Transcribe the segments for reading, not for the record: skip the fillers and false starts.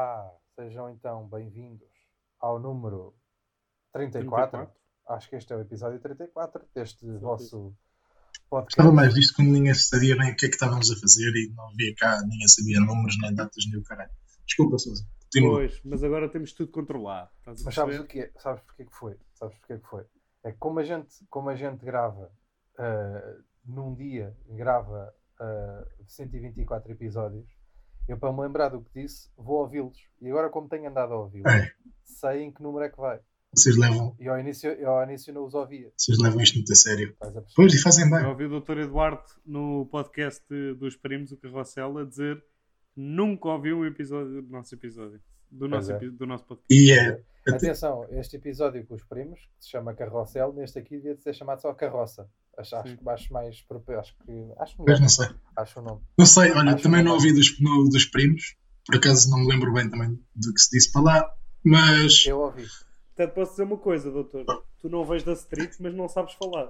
Olá, sejam então bem-vindos ao número 34. Acho que este é o episódio 34 deste vosso podcast. Gostava mais disto quando ninguém sabia bem o que é que estávamos a fazer e não havia cá, ninguém sabia números, nem datas, nem o caralho. Desculpa, Sousa. Pois, mas agora temos tudo controlado. Mas sabes o que é? Sabes porque que foi? É que como a gente grava num dia, grava 124 episódios, eu, para me lembrar do que disse, vou ouvi-los. E agora, como tenho andado a ouvi-los, sei em que número é que vai. Vocês levam. E ao início não os ouvia. Vocês levam isto muito a sério. Pois, e fazem bem. Eu ouvi o Dr. Eduardo no podcast dos Primos, o Carrossel, a dizer que nunca ouviu um episódio do nosso episódio. Do nosso podcast. E atenção, este episódio com os primos, que se chama Carrossel, neste aqui devia ser chamado só Carroça. Acho mais próprio. Acho melhor. Não sei. Acho o nome. Não sei, olha, também não ouvi dos primos. Por acaso não me lembro bem também do que se disse para lá. Mas. Eu ouvi. Até te posso dizer uma coisa, doutor. Tu não vês da street, mas não sabes falar.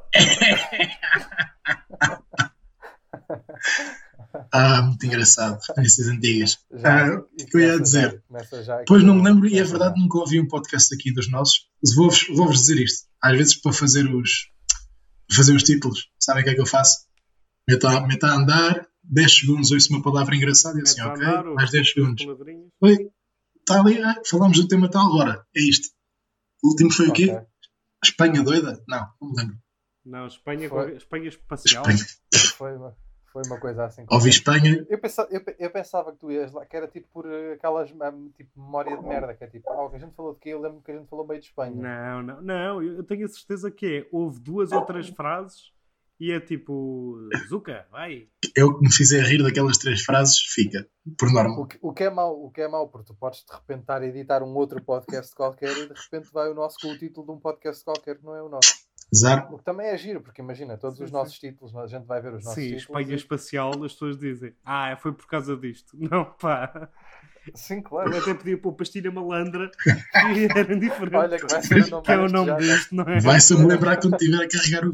Muito engraçado. Essas antigas. O que eu ia dizer? Já pois não me lembro, e é verdade, nunca ouvi um podcast aqui dos nossos. Vou-vos dizer isto. Às vezes, para fazer os títulos, sabem o que é que eu faço? Meto a andar, 10 segundos ouço uma palavra engraçada e assim, ok? Mais 10 segundos. Oi, está ali, falamos do tema tal, agora. É isto. O último foi o quê? Espanha doida? Não me lembro. Não, Espanha espacial. Foi uma coisa assim. Ouvi Espanha. Eu pensava que tu ias lá, que era tipo por aquelas tipo memória de merda, que é tipo, que a gente falou de quê? Eu lembro que a gente falou meio de Espanha. Não, eu tenho a certeza que houve 2 ou 3 frases e é tipo, Zuka, vai. Eu que me fizer rir daquelas 3 frases, fica, por norma. O que é mau, porque tu podes de repente estar a editar um outro podcast qualquer e de repente vai o nosso com o título de um podcast qualquer que não é o nosso. Exato. O que também é giro, porque imagina, todos os nossos títulos, a gente vai ver os nossos títulos. Sim, Espanha espacial, as pessoas dizem, foi por causa disto. Não, pá. Sim, claro. Eu até podia pôr pastilha malandra e era diferente. Olha, que vai ser o nome, que é o nome disto, não é? Vai-se-me lembrar quando tiver a carregar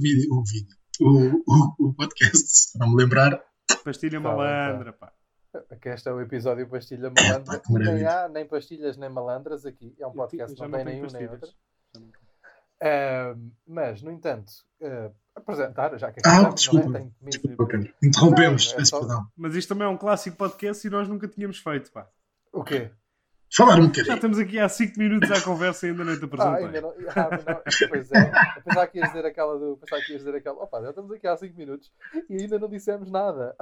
o podcast. Se não me lembrar. Pastilha malandra, pá. Aqui este é o episódio Pastilha Malandra. Nem há nem pastilhas nem malandras aqui. É um podcast que não tem nenhum nem outro. Mas, no entanto, apresentar, já que desculpa. Interrompemos. Mas isto também é um clássico podcast e nós nunca tínhamos feito, pá. O quê? Falar um bocadinho. Já estamos aqui há 5 minutos à conversa e ainda não te apresentei. Ainda não. Pois é. Eu pensava que ias dizer aquela. Opa, já estamos aqui há 5 minutos e ainda não dissemos nada.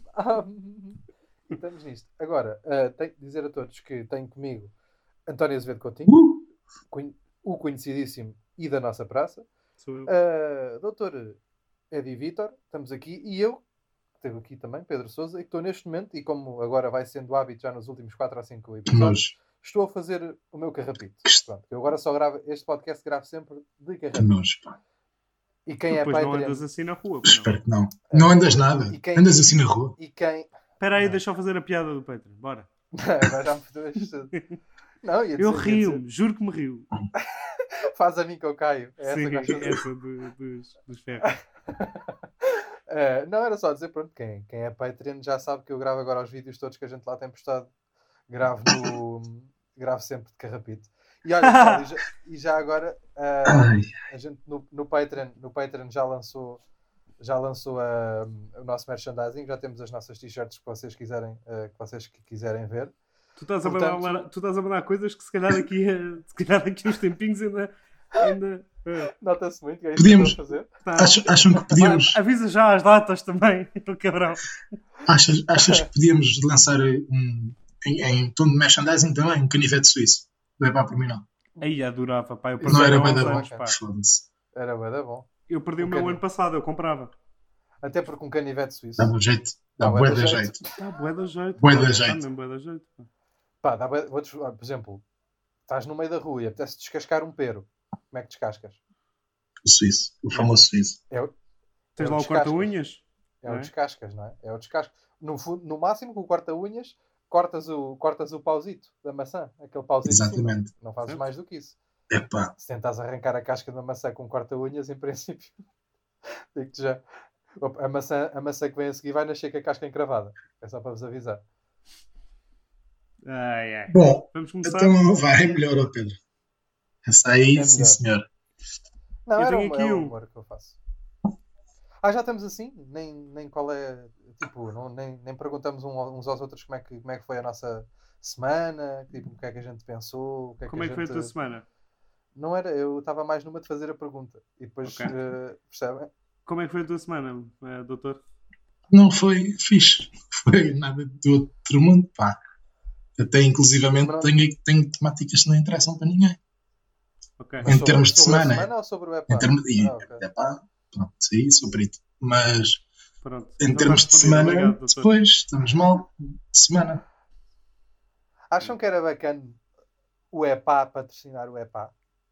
E estamos nisto. Agora, tenho que dizer a todos que tenho comigo António Azevedo Coutinho, o conhecidíssimo e da nossa praça. Sou eu. Doutor Edi Vítor, estamos aqui. E eu, que estou aqui também, Pedro Sousa, e que estou neste momento, e como agora vai sendo hábito já nos últimos 4 ou 5 episódios, estou a fazer o meu carrapito. Pronto, eu agora só gravo, este podcast gravo sempre de carrapito. E quem é pai não andas assim na rua? Espero que não. Não andas nada. Andas assim na rua. Espera aí, deixa eu fazer a piada do Patreon. Bora. Agora já me fizeste tudo. Não, eu rio, juro que me rio. Faz a mim que eu caio. Sim, essa dos ferros. Não, era só dizer, pronto, quem é Patreon já sabe que eu gravo agora os vídeos todos que a gente lá tem postado. Gravo sempre de carrapito. E olha, e já agora a gente no Patreon já lançou o nosso merchandising, já temos as nossas t-shirts que vocês quiserem ver. Tu estás a mandar coisas que se calhar daqui uns tempinhos ainda nota-se muito que é isso podíamos, que fazer. Acham que podíamos... Avisa já as datas também, então cabrão. Achas que podíamos lançar em tom de merchandising também um canivete suíço? Não é para por mim não. Aí adorava, pá. Não era bem da bom. Era bem da bom. Eu perdi o meu ano passado, eu comprava. Até porque um canivete suíço dá um jeito. Dá bué da jeito. Dá bué da jeito. Bué da jeito. Dá bué da jeito. Pá, por exemplo, estás no meio da rua e apetece descascar um pero. Como é que descascas? O suíço. O famoso suíço. Tens lá o corta-unhas? É o descascas, não é? É o descascas. No máximo, com o corta-unhas, cortas o pauzito da maçã. Aquele pauzito. Exatamente. Não fazes mais do que isso. Epá. Se tentas arrancar a casca da maçã com corta-unhas, em princípio, digo-te já. A maçã que vem a seguir vai nascer com a casca encravada. É só para vos avisar. Bom, vamos começar. então vai, melhor, ó Pedro. Essa aí, É sim melhor. senhor. Não, Eu era tenho aqui um um. humor que eu faço. Já estamos assim? Nem qual é. Tipo, nem perguntamos uns aos outros como é que foi a nossa semana, tipo, o que é que a gente pensou, o que é Como que é que foi a tua semana? Não era, eu estava mais numa de fazer a pergunta. E depois, Ok. percebem? Como é que foi a tua semana, doutor? Não foi fixe. Foi nada do outro mundo, pá. Até inclusivamente Mas não- tenho temáticas que não interessam para ninguém. Ok. Em termos de sobre a semana, semana ou sobre o EPA? Em termos de. Ok. Epá, pronto, sim, sou perito. Mas Pronto. em Então termos está de respondido. semana, Obrigado, doutor. depois estamos mal de semana. Acham que era bacana o EPA patrocinar o EPA?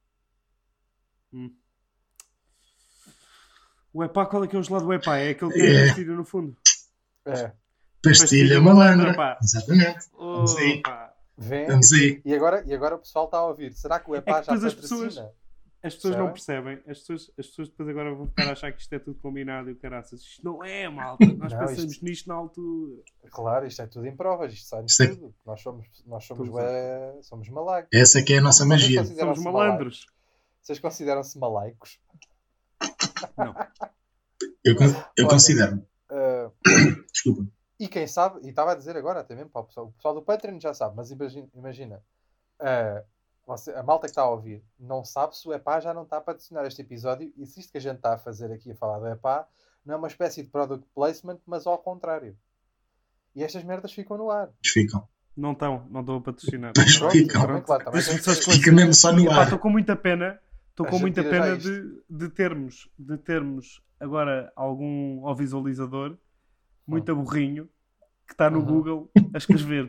O EPA, qual é que é o gelado do EPA? É aquele que tem a É. pastilha no fundo. É. Pastilha malandra, malandra. pá. Exatamente. Vamos aí. Opa. Vê? Estamos aí. E agora o pessoal está a ouvir. Será que o EPA que já depois as patrocina? As pessoas não Percebem? percebem. As pessoas depois agora vão ficar a achar que isto é tudo combinado e o caraças. Isto não é, malta. Nós Não, pensamos isto- nisto na altura. Claro, isto é tudo em provas, isto sai-nos Isto é- tudo. Nós somos Todos somos malacos. Essa que é a nossa Vocês magia. consideram-se Somos malandros. Vocês consideram-se malaicos? Não. Eu Olha, considero. Ah, Desculpa. e quem sabe, e estava a dizer agora até mesmo para o pessoal do Patreon já sabe, mas imagina a malta que está a ouvir não sabe se o EPA já não está a patrocinar este episódio e se isto que a gente está a fazer aqui a falar do EPA não é uma espécie de product placement, mas ao contrário. E estas merdas ficam no ar. Ficam. Não estão a patrocinar. Pois Pronto, ficam. também, claro, também Deixa-me tem só que ser- esclarecer. Fica mesmo só no Epá, ar. estou com muita pena. Estou A com gente muita tira já pena isto. de termos agora algum visualizador muito aburrinho que está no Uhum. Google a escrever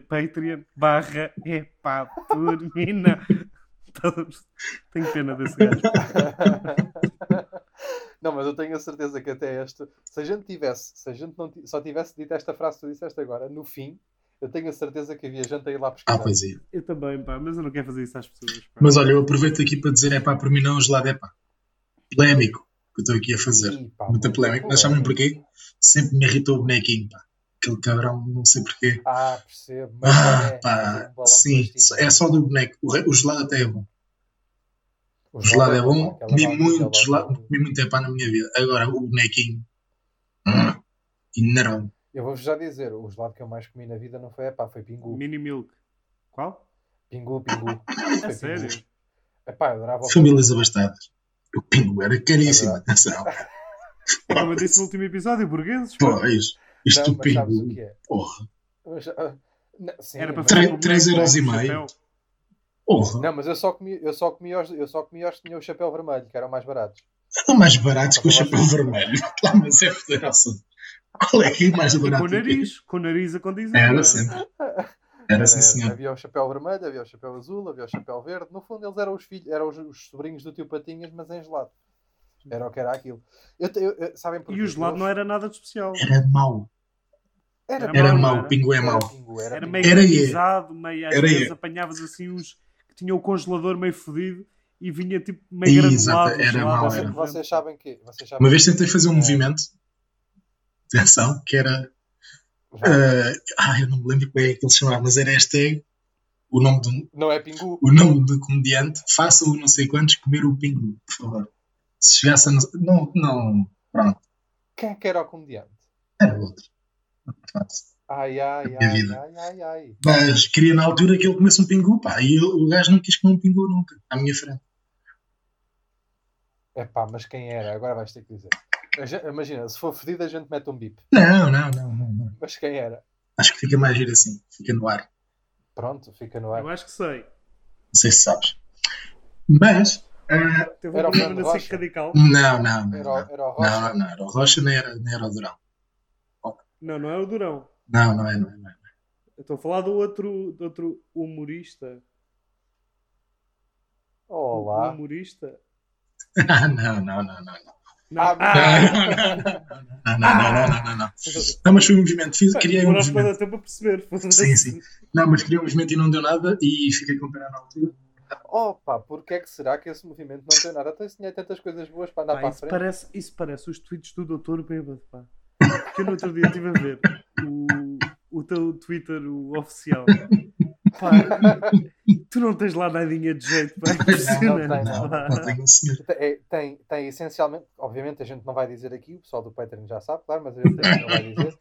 Patreon/epá-turmina. Tenho pena desse gajo. Não, mas eu tenho a certeza que até se a gente não só tivesse dito esta frase que tu disseste agora, no fim, eu tenho a certeza que havia gente a ir lá pesquisar. Pois é. Eu também, pá, mas eu não quero fazer isso às pessoas. Pá. Mas olha, eu aproveito aqui para dizer, por mim não, o gelado é pá. Polémico, que eu estou aqui a fazer. Ih, pá, Muito muito polémico. Mas sabem polémico. porquê? Sempre me irritou o bonequinho, pá. Aquele cabrão, não sei porquê. Percebo. Mas não é Pá, fazer um balão de sim, plástico. é só do boneco. O gelado até é bom. O O gelado é bom. aquela Comi malta, muito aquela gelado, malta. comi muito epá na minha vida. Agora, o bonequinho, enerva-me. Eu vou-vos já dizer, o gelado que eu mais comi na vida não foi foi Pingu. Mini Milk. Qual? Pingu. É Foi sério? Pingu. Epá, eu adorava o Famílias abastadas. O pingo era caríssimo, Exato. atenção. Como eu disse no último episódio, burgueses. pá. Pois, isto Não, do mas sabes o pingo, que é? porra. Mas, sim, Era para mas- fazer com o 3,5 boneco, €. chapéu. Porra. Não, mas eu só comi os que tinham o chapéu vermelho, que eram mais baratos. Eram mais baratos que o chapéu vermelho. Lá, mas é federação. Qual é que é mais E barato? com o nariz a condizer. Era sempre. Era sim, Era, senhor. havia o chapéu vermelho, havia o chapéu azul, havia o chapéu verde. No fundo, eles eram os filhos, eram os sobrinhos do tio Patinhas, mas em gelado. Era o que era aquilo. Sabem porquê? E o gelado não era nada de especial. Era mau. Era Era mau, mau. não O era? pingo é mau. Pingu, Era Pingu. meio Era granizado, meio às Era vezes é. apanhavas assim uns que tinham o congelador meio fodido e vinha tipo meio Exato, granulado. era gelado, mau, assim, era. Vocês sabem que... Uma vez tentei fazer um movimento. Atenção, que era. Eu não me lembro como é que ele se chamava, mas era hashtag. O nome Não é Pingu. do comediante. Faça o não sei quantos comer o pingo, por favor. Se chegasse a. Não. Pronto. Quem é que era o comediante? Era outro. Ai. Mas queria na altura que ele comesse um pingu, pá. E o gajo não quis comer um pingu nunca, à minha frente. Epá, mas quem era? Agora vais ter que dizer. Imagina, se for fedido a gente mete um bip. Não. Mas quem era? Acho que fica mais giro assim. Fica no ar. Pronto, fica no ar. Eu acho que sei. Não sei se sabes. Mas. Teve Era um o problema Fernando na SIC Rocha. radical. Não. Era o Rocha. Não. Era o Rocha, nem era o Durão. Não é o Durão. Não é. Eu estou a falar do outro humorista. Olá. O humorista. Não. Não. Não. Não, mas foi um movimento. Criei um Demoraste para dar movimento. tempo a perceber. Sim. Não, mas criei um movimento e não deu nada e fiquei com pena na altura. Opa, porque é que será que esse movimento não tem nada? Então tinha tantas coisas boas para andar Pá, para a frente. isso parece os tweets do Doutor Bêbado, pá. Que eu no outro dia estive a ver o teu Twitter, o oficial. Pá, tu não tens lá nadinha de jeito, pá. Não tenho assim. Tem essencialmente, obviamente a gente não vai dizer aqui, o pessoal do Patreon já sabe, claro, mas a gente não vai dizer.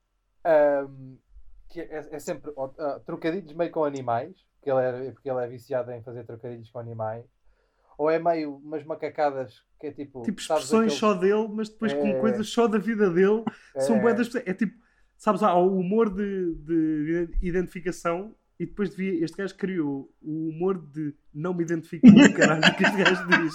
Que é sempre trocadilhos meio com animais, porque ele é viciado em fazer trocadilhos com animais, ou é meio umas macacadas que é tipo expressões só dele, mas depois com coisas só da vida dele, são bué das pessoas. É tipo, sabes, há o humor de identificação e depois este gajo criou o humor de não me identifico com o caralho que este gajo diz.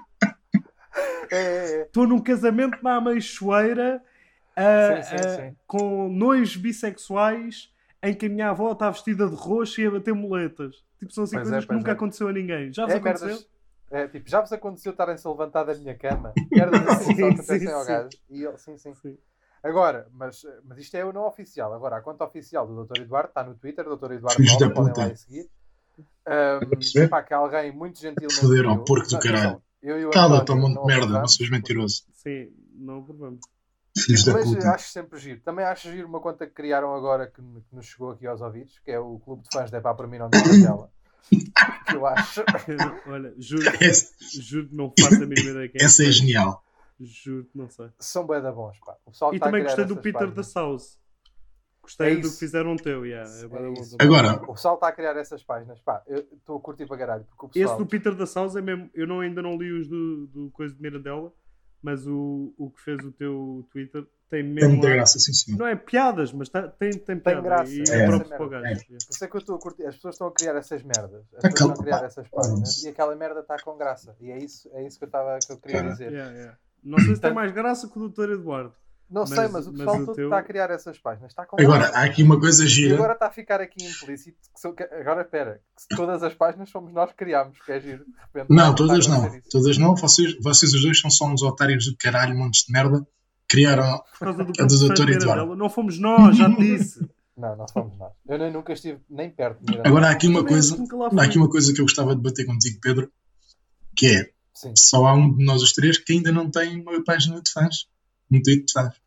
Estou num casamento na Ameixoeira com nois bissexuais em que a minha avó está vestida de roxo e a bater muletas. Tipo, são assim coisas que nunca aconteceu a ninguém. Já vos aconteceu? Tipo, já vos aconteceu estarem-se a levantar da minha cama? Merdas assim só acontecem ao gajo. E ele, sim. Agora, mas isto é o não oficial. Agora, a conta oficial do Dr. Eduardo está no Twitter, Dr. Eduardo Nova, podem lá e seguir. Que alguém muito gentilmente... Foderam, porco do caralho. Cala-te, um monte de merda, não sejas mentiroso. Sim, não aprovamos. Filhos da puta. Mas acho sempre giro. Também acho giro uma conta que criaram agora que nos chegou aqui aos ouvidos, que é o Clube de Fãs de Epá, para mim não tem tela. Que eu acho. Olha, juro que não faço a mínima ideia. Essa é genial. Juro que não sei. São bué da bons, pá. O pessoal e está também gostei do Peter da South. Gostei do que fizeram teu. Agora, o pessoal está a criar essas páginas, pá. Eu estou a curtir para caralho. Porque o pessoal... Esse do Peter da South é mesmo. Eu ainda não li os do coisa de Mirandela, mas o que fez o teu Twitter tem mesmo. Tem muita graça, sim, sim. Não é piadas, mas tem piada. Graça. E o próprio para o gajo. Por isso é que eu estou a curtir. As pessoas estão a criar essas merdas. As pessoas estão a criar essas páginas e aquela merda está com graça. E é isso que eu queria dizer. Não sei se tem mais graça que o Dr. Eduardo. Não sei, mas o pessoal todo está a criar essas páginas. Está com agora, graça. há aqui uma coisa gira. E agora está a ficar aqui implícito. Agora, espera. Que todas as páginas somos nós que criámos. Que é giro. De repente, não, todas não. Todas não. Vocês os dois são uns otários do caralho, montes de merda. Criaram a do Dr. Eduardo. Não fomos nós, já te disse. Não fomos nós. Eu nunca estive nem perto de Miranda. Agora há aqui uma coisa que eu gostava de bater contigo, Pedro, que é só há um de nós os três que ainda não tem uma página de fãs. Um tweet de fãs.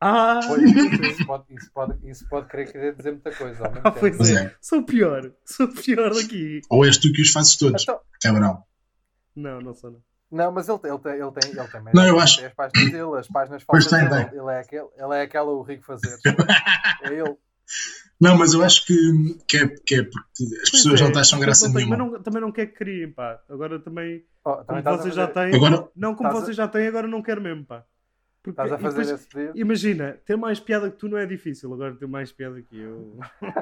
Isso pode querer dizer muita coisa. Pois é. Sou pior daqui. Ou és tu que os fazes todos, então... cabrão. Não sou não. Não, mas ele tem não, eu acho. As páginas dele, as páginas falsas dele. Ele é aquela o rico fazer. É ele. Não, mas eu acho que é porque as pessoas não acham graça nenhuma. Também não quer que criem, pá. Agora também. Como vocês já têm. Vocês já têm, agora não quero mesmo, pá. Porque, estás a fazer esse pedido? Imagina, ter mais piada que tu não é difícil, agora ter mais piada que eu.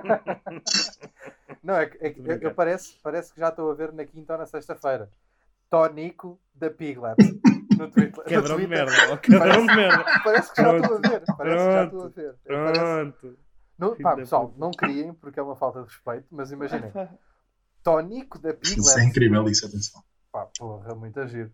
Não, eu parece que já estou a ver na quinta ou na sexta-feira. Tonico da Piglet no Twitter. Quebrão de merda. Quebrão de merda. Parece que já estou a ver. Pronto. Pá, pessoal, não criem porque é uma falta de respeito, mas imaginem. Tonico da Piglet. Isso é incrível, isso, atenção. Pá, porra, muito giro.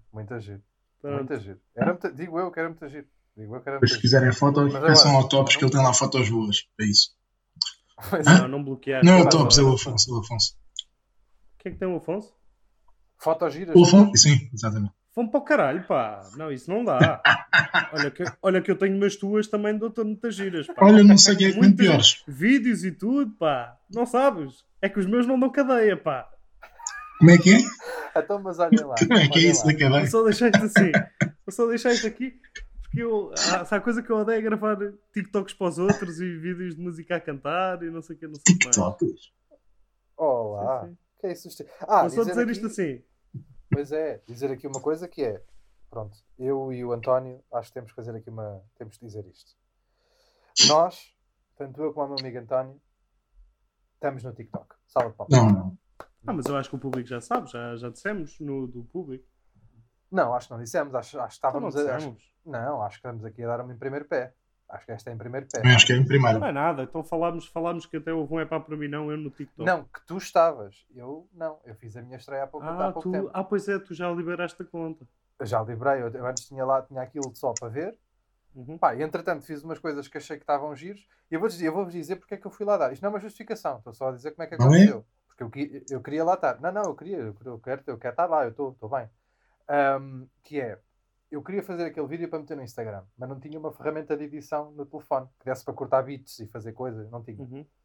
Digo eu que era muito giro. Se quiserem fotos, peçam ao Tops que ele tem lá fotos boas. É isso. Não bloquear. Não é o Tops, é o Afonso. O que é que tem o Afonso? Fotos giras. O Afonso? Sim, exatamente. Vamos para o caralho, pá. Não, isso não dá. Olha que eu tenho umas tuas também, dou-te muitas giras, pá. Olha, não sei o que é que tem piores. Vídeos e tudo, pá. Não sabes? É que os meus não dão cadeia, pá. Como é que é? Então, mas olhem lá. Como é que é isso da cadeia? Vou só deixar isto aqui. Porque se há coisa que eu odeio é gravar TikToks para os outros e vídeos de música a cantar e não sei o que, não sei o que mais. TikToks? Olá. Sim. Que é isso? Vou só dizer isto assim. Pois é, dizer aqui uma coisa que é, pronto, eu e o António, acho que temos que fazer aqui temos de dizer isto. Nós, tanto eu como o meu amigo António, estamos no TikTok. Salve de palmas. Não. Mas eu acho que o público já sabe, já dissemos do público. Não, acho que não dissemos, acho que estávamos acho que estamos aqui a dar-me em primeiro pé. Acho que esta é em primeiro pé. Eu acho que é em primeiro. Não é nada, então falámos que até houve um epá para mim não, eu no TikTok. Não, que tu estavas. Eu não, eu fiz a minha estreia há pouco tempo. Pois é, tu já liberaste a conta. Eu já liberei, eu antes tinha aquilo só para ver. Pá, e entretanto fiz umas coisas que achei que estavam giros e eu vou-vos dizer porque é que eu fui lá dar. Isto não é uma justificação, estou só a dizer como é que aconteceu. Porque eu queria lá estar. Não, eu quero estar lá, eu estou bem. Que é, eu queria fazer aquele vídeo para meter no Instagram, mas não tinha uma ferramenta de edição no telefone que desse para cortar bits e fazer coisas, não tinha.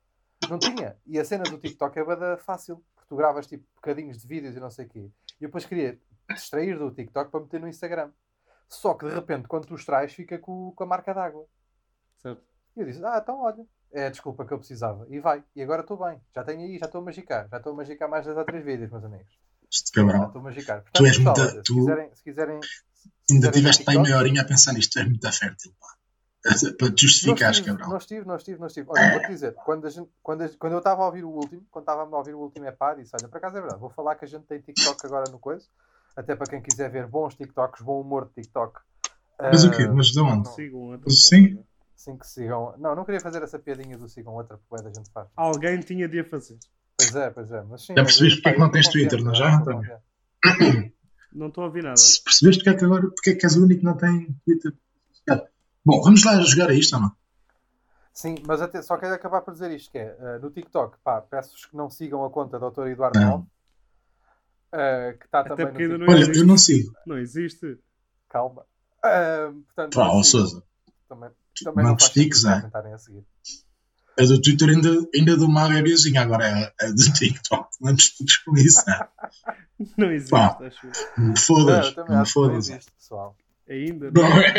Não tinha. E a cena do TikTok é bada fácil, porque tu gravas tipo bocadinhos de vídeos e não sei o quê. E eu depois queria extrair do TikTok para meter no Instagram. Só que de repente, quando tu extrais, fica com a marca d'água. Certo. E eu disse, então olha, é a desculpa que eu precisava. E vai. E agora estou bem. Já tenho aí, já estou a magicar. Já estou a magicar mais 2 ou 3 vídeos, meus amigos. Este cabrão. Já estou a magicar. Portanto, Tu és pessoal, muita. olha, Tu se quiserem ainda tiveste ver para aí meia TikTok, horinha a pensar nisto. Tu és muito fértil, pá. Para te justificares, cabrão. Não estive. Olha, vou-te dizer, quando eu estava a ouvir o último, quando estava a ouvir o último disse, olha, por acaso é verdade, vou falar que a gente tem TikTok agora no coisa, até para quem quiser ver bons TikToks, bom humor de TikTok. Mas o quê? Mas de onde? Sigam outra Sim. conta. Sim, que sigam. Não queria fazer essa piadinha do sigam outra, porque a gente faz. Alguém tinha de a fazer. Pois é. Mas sim, Já percebeste porque é que não tens Twitter, não já, António? Não estou a ouvir nada. Se percebeste porque é que agora porque é que és o único que não tem Twitter? Bom, vamos lá jogar a isto ou não? Sim, mas até, só quero acabar por dizer isto, que é, no TikTok, peço-vos que não sigam a conta do Dr. Eduardo Nove, que está também no TikTok. Olha, eu não sigo. Não existe. Calma. Portanto, Pá, Sousa. Também Não te estiques, é? comentarem a seguir. A do Twitter ainda dou uma bebezinha, agora é do TikTok. Não te estiques com isso, né? Não existe, Pá, acho. não me fodas. Eu também Não me acho que não fodas. existe, pessoal. Ainda Não é?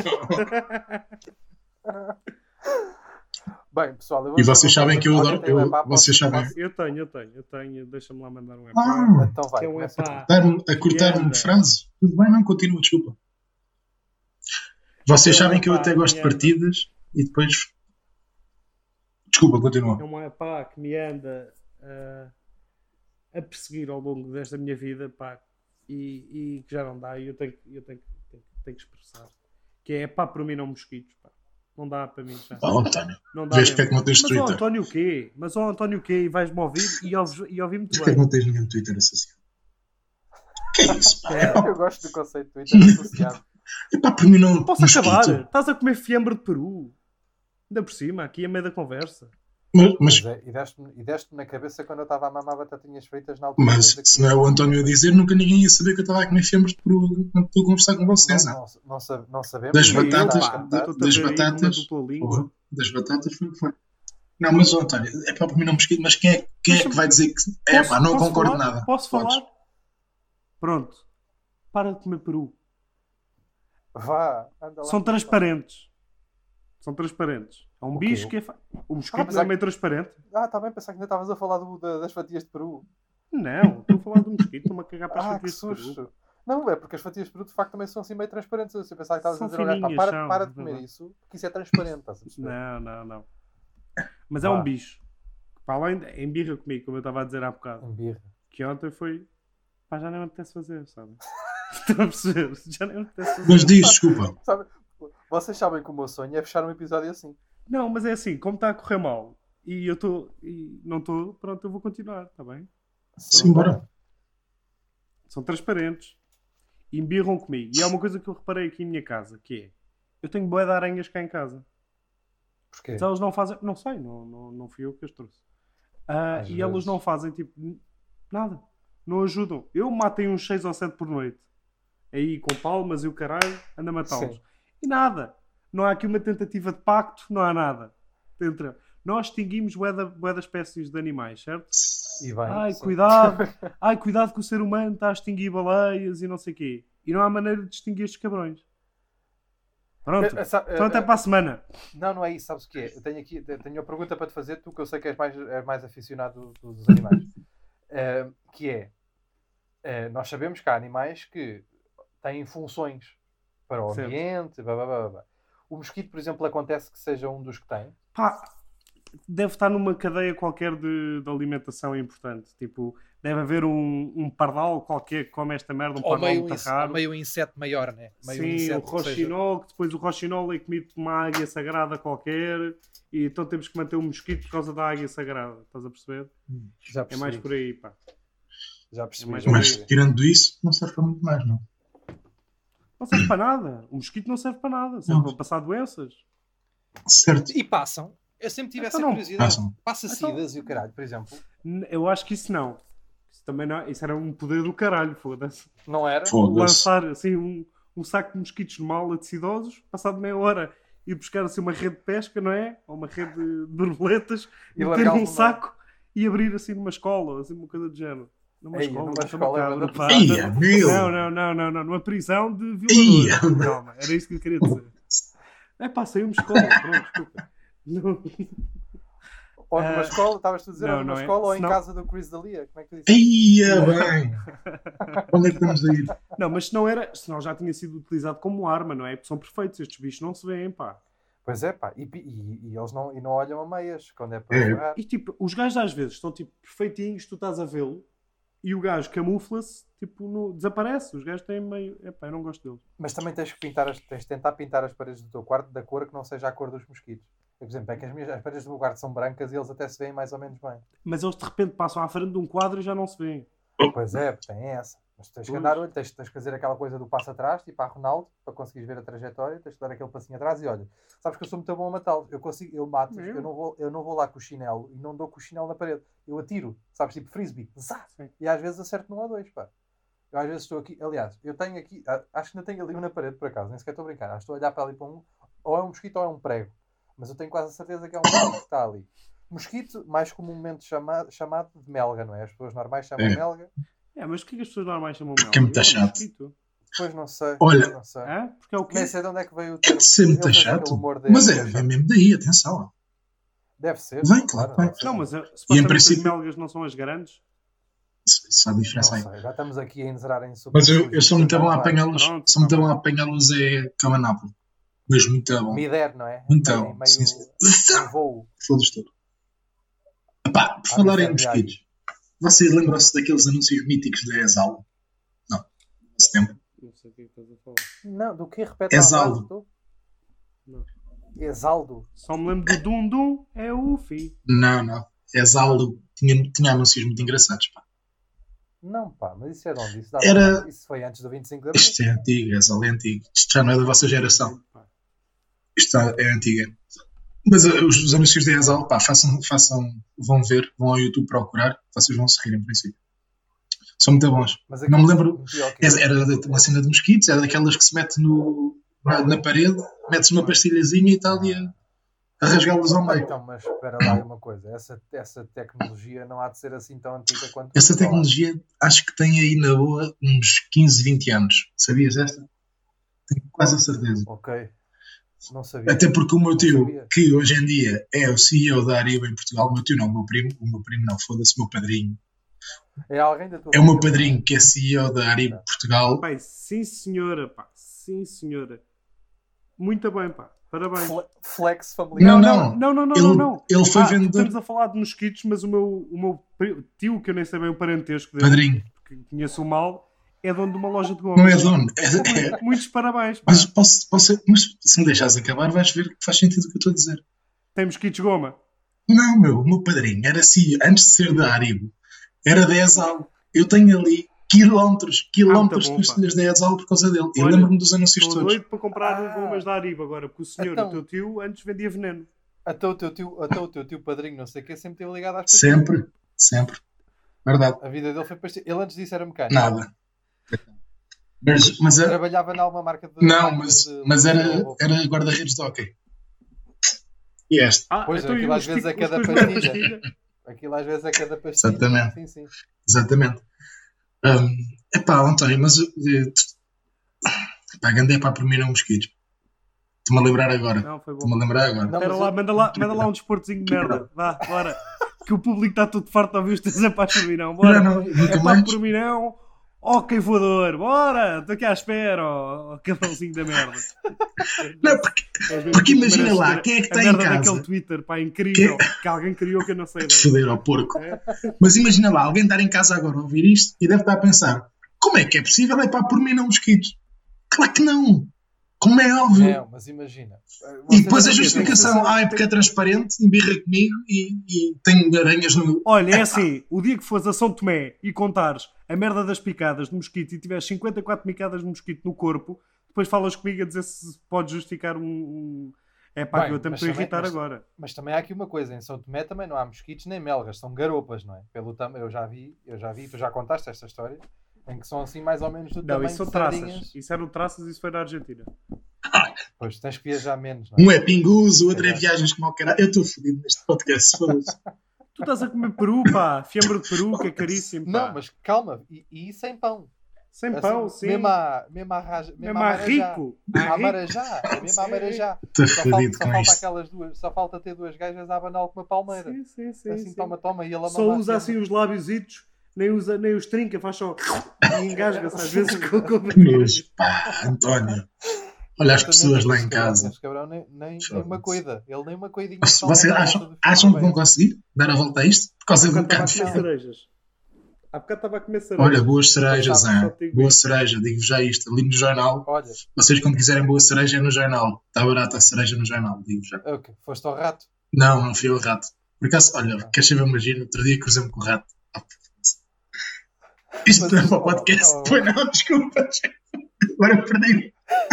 Bem, pessoal, E vocês sabem que eu adoro. Vocês sabem. Eu tenho. Deixa-me lá mandar um Então vai, que é um começa. A cortar-me de frase? Tudo bem, não, continua, desculpa. Vocês sabem que eu até gosto de partidas e depois. Desculpa, continua. É um epá que me anda a perseguir ao longo desta minha vida, pá, e que já não dá, e eu tenho que expressar. Que é pá, para mim não mosquitos, pá. Não dá para mim já. António, Não dá vês porque é que não tens Mas Twitter? António o quê? António o quê? E vais-me ouvir e ouvir muito Porque é bem. que não tens nenhum Twitter associado? Que é isso, pá? Eu gosto do conceito de Twitter associado. Epá, para mim não. Posso mosquito. acabar? Estás a comer fiambre de Peru. Ainda por cima, aqui a meio da conversa. Mas E deste-me na cabeça quando eu estava a mamar batatinhas fritas na altura. Mas se não é o António a dizer, nunca ninguém ia saber que eu estava a comer fiambres de Peru quando estou a conversar com vocês. Não sabemos. Das Mas batatas, Estou-te a ver aí com uma dupla língua. Das batatas foi o que foi. Não, mas António, é para mim não mosquito, mas quem é que vai dizer que é pá, não concordo falar? nada? Posso Podes. falar? Pronto. Para de comer Peru. Vá, anda lá. São transparentes. São transparentes. É um O quê? bicho que é... O mosquito mas não é há- meio transparente? Está bem, pensar que ainda estavas a falar das fatias de Peru. Não, estou a falar do mosquito. Estou-me a cagar para as Que fatias de Peru. susto. Não, é porque as fatias de Peru de facto também são assim meio transparentes. Eu pensava que estavas a São dizer, olha, pá, fininhas, para são, de comer verdade. isso, porque isso é transparente, estás a perceber? Não. Mas é um bicho. Para além de embirra comigo, como eu estava a dizer há bocado. Embirra. Que ontem foi... Pá, já nem me apetece fazer, sabe? Estão a perceber? Já nem me apetece fazer. Mas diz, desculpa. Sabe, vocês sabem que o meu sonho é fechar um episódio assim. Não, mas é assim, como está a correr mal e eu estou e não estou, pronto, eu vou continuar, está bem? Sim, bora. São transparentes, embirram comigo. E há uma coisa que eu reparei aqui em minha casa, que é, eu tenho bué de aranhas cá em casa. Porquê? Mas elas não fazem, não sei, não fui eu que as trouxe. Às E elas vezes. não fazem, tipo, nada. Não ajudam. Eu matei uns 6 ou 7 por noite. Aí, com palmas e o caralho, anda a matá-los. Sim. E nada. Não há aqui uma tentativa de pacto, não há nada. Nós extinguimos bué de espécies de animais, certo? E bem, Ai, sim. cuidado. Ai, cuidado que o ser humano está a extinguir baleias e não sei o quê. E não há maneira de extinguir estes cabrões. Pronto. Então até para a semana. Não é isso, sabes o que é? Eu tenho uma pergunta para te fazer, tu que eu sei que és mais aficionado dos animais. Que é, nós sabemos que há animais que têm funções para o Certo. ambiente, blá, blá, blá, blá. O mosquito, por exemplo, acontece que seja um dos que tem. Pá, deve estar numa cadeia qualquer de alimentação importante. Tipo, deve haver um pardal qualquer que come esta merda, um Ou pardal meio, muito raro. meio inseto maior, né? Meio Sim, o inseto que seja- roxinol, que depois o roxinol é comido por uma águia sagrada qualquer, e então temos que manter o mosquito por causa da águia sagrada. Estás a perceber? Já É percebi. mais por aí, pá. Já percebi. mais já Mas percebi. tirando isso, não serve para muito mais, não. Não serve para nada. O mosquito não serve para nada. Serve Não. para passar doenças. Certo. E passam. Eu sempre tive Então essa não curiosidade. passam. Passa Então, sim. SIDAs e o caralho, por exemplo. Eu acho que isso não. Isso também não. Isso era um poder do caralho, foda-se. Não era? Foda-se. Lançar assim um saco de mosquitos numa aula de idosos, passado meia hora, ir buscar assim uma rede de pesca, não é? Ou uma rede de borboletas, E meter largá-lo num no saco e abrir assim numa escola, assim uma coisa do género. Numa Ei, escola, numa não escola, cabra, mas pá. Ia, meu! Não, numa prisão de Ia. violadores. Calma, era isto que eu queria dizer. É pá, saiu uma escola, pronto, desculpa. Não. Ou numa escola, estavas tu a dizer, não, ou numa não é. escola ou em Senão- casa do Chris D'Elia? Como é que tu disseste? Ia bem! Onde é que estamos a ir? Não, mas senão já tinha sido utilizado como arma, não é? Porque são perfeitos, estes bichos não se veem, pá. Pois é, pá. E eles não olham a meias quando é para É. jogar. E tipo, os gajos às vezes estão tipo perfeitinhos, tu estás a vê-lo e o gajo camufla-se, tipo, desaparece. Os gajos têm meio. Epá, eu não gosto deles. Mas também tens de tentar pintar as paredes do teu quarto da cor que não seja a cor dos mosquitos. Por exemplo, é que as paredes do meu quarto são brancas e eles até se veem mais ou menos bem. Mas eles de repente passam à frente de um quadro e já não se veem. Pois é, tem essa. Mas tens que Pois. andar, olha, tens que fazer aquela coisa do passo atrás, tipo a Ronaldo, para conseguires ver a trajetória, tens que dar aquele passinho atrás e olha, sabes que eu sou muito bom a matá-los, eu mato, Eu? eu não vou lá com o chinelo e não dou com o chinelo na parede, eu atiro, sabes, tipo frisbee, zá! Sim. E às vezes acerto num ou dois, pá. Eu às vezes estou aqui, aliás, eu tenho aqui, acho que ainda tenho ali um na parede por acaso, nem sequer estou a brincar, acho que estou a olhar para ali para um, ou é um mosquito ou é um prego, mas eu tenho quase a certeza que é um mosquito que está ali. Mosquito, mais comumente chamado de melga, não é? As pessoas normais chamam melga. É, mas o que é que as pessoas normais chamam Porque é muito chato. mosquito. Pois não sei. Olha, não sei. Hã? Porque é o quê? Nem sei de onde é que veio o É termo. de ser muito Ele fez chato. aquele humor dele, Mas que é, chato. vem mesmo daí, atenção. Deve ser. Vem, claro, vem. deve ser. Não, mas supostamente princípio- as melgas não são as grandes. Só a Não diferença aí. sei, já estamos aqui a enzerar em super. Mas eu sou muito bom a apanhá-los. Pronto, Sou muito tá bom a bem. apanhá-los é camanápolis. Mas muito bom. Mider, não é? Muito meio, bom. meio Sim, sim. em voo. Foda-se tudo. Epá, por falar em mosquitos, vocês lembram-se daqueles anúncios míticos da Exal? Não. Nesse tempo. Não sei o que é que estás a falar. Não, do que repete a Exaldo. frase, tu? Não. Exaldo. Só me lembro do Dum Dum, é o fim. Não. Exaldo tinha anúncios muito engraçados. Pá. Não, pá, mas isso é de onde? Isso foi antes do 25 de Abril. Isto é antigo, Exal é antigo. Isto já não é da vossa geração. Pá. Isto é antiga. Mas os anúncios da Exal, pá, vão ver, vão ao YouTube procurar, vocês vão se rir em princípio. São muito bons. Mas Não me lembro. metia o quê? Era uma cena de mosquitos, era daquelas que se mete na parede, metes uma pastilhazinha e tal, e a rasgá-los ao meio. Então, mas espera lá uma coisa. Essa tecnologia não há de ser assim tão antiga quanto... Essa tecnologia acho que tem aí na boa uns 15, 20 anos. Sabias esta? Tenho quase a certeza. Ok. Não sabia. Até porque o meu Não tio, sabia. que hoje em dia é o CEO da Ariba em Portugal, o meu tio não, o meu primo não, foda-se, o meu padrinho. É alguém da tua É o meu família? padrinho que é CEO da Ariba Portugal. Pai, sim senhora, pá. Sim senhora. Muito bem, pá. Parabéns. Flex familiar. Não. Ele foi vendedor. Estamos a falar de mosquitos, mas o meu tio, que eu nem sei bem o parentesco dele, Padrinho. que conheço mal, é dono de uma loja de gomas. Não é dono. É. Muitos parabéns, pá. Mas, mas se me deixares acabar, vais ver que faz sentido o que eu estou a dizer. Tem mosquitos goma. Não, o meu padrinho era CEO, antes de ser da Aribo, era da Exal. Eu tenho ali quilómetros muito de bom, pastilhas da Exal por causa dele. Eu Olha, lembro-me dos anúncios Estou todos. doido para comprar gomas da Ariba agora, porque o senhor, Então- o teu tio, antes vendia veneno. Até o teu tio padrinho, não sei o que, sempre esteve ligado às pastilhas. Sempre. Verdade. A vida dele foi pastilha. Ele antes disso era mecânico. Nada. Mas era, Trabalhava em alguma marca de... não, máquinas mas de- era guarda-redes de hóquei. E este? Pois, então, aquilo e às vezes é os cada teus não é pastilha. Aquilo às vezes é cada pastilha. Exatamente. Sim, sim. Exatamente. Epá, António, mas pá, Gandé para por mim não mosquitos. Estou-me a lembrar agora. Não, foi bom. Estou-me a lembrar agora. Não, Espera mas lá, eu- manda lá um desportozinho de merda. Vá, bora. Que o público está todo farto de ouvir os teus epás por mim, não. Bora. Não, nunca É pá mais. por mim, não. Ok, voador, bora. Estou aqui à espera, ó cabrãozinho da merda. Não, porque És mesmo imagina merece lá, ter quem é que a está em merda casa? daquele Twitter, pá, incrível. Que alguém criou que eu não sei De bem. foder ao porco. É. Mas imagina lá, alguém estar em casa agora a ouvir isto e deve estar a pensar: como é que é possível? É pá, por mim não mosquitos. Claro que não. Como é óbvio. Não, mas imagina. E depois a Vocês- justificação: é porque é transparente, embirra comigo e tenho aranhas no. Olha, é assim, o dia que fores a São Tomé e contares a merda das picadas de mosquito e tiveres 54 picadas de mosquito no corpo, depois falas comigo a dizer se pode justificar É pá, Bem, que eu até me mas estou a também- irritar mas- agora. Mas também há aqui uma coisa, em São Tomé também não há mosquitos nem melgas, são garopas, não é? Eu já vi, tu já contaste esta história, em que são assim mais ou menos do Não, tamanho isso são de traças. sardinhas. Isso eram traças e isso foi na Argentina. Pois tens que viajar menos, não é? Um é pinguço, o outro é Calhar. viagens como ao caralho. Eu estou fodido neste podcast. Foda-se. Tu estás a comer peru, pá. Fiambre de peru, que é caríssimo, pá. Não, mas calma, e sem pão. Sem Assim, pão, sim. Mesmo a raja, Mesmo a rico. A marajá, é mesmo a Sim. marajá. Estou Só fodido falta com isto. aquelas duas, só falta ter duas gajas a abanar com uma palmeira. Sim. Assim, toma, e ele a Só mamar usa sempre. assim os lábiositos, nem os trinca, faz só e engasga-se às vezes com Mas pá, António. Olha as Exatamente, pessoas lá em este cabrão- casa. Este cabrão nem Foda-se. uma coida. Ele nem uma coidinha. Vocês acham que vão conseguir dar a volta a isto? Por causa de um Estava a bocado. comer cerejas. Há bocado estava a comer cerejas. Olha, boas cerejas, Só hein? digo Boa isso. cereja, digo-vos já isto. Ali no jornal. Olha, Vocês, quando quiserem boa cereja, é no jornal. Está barata a cereja no jornal, digo-vos já. ok, foste ao rato. Não fui o rato. Por acaso, olha, queres saber uma gira? Outro dia cruzei-me com o rato. Isto Mas não é isto- para o podcast. oh. Pois não, desculpa. Agora perdi-me.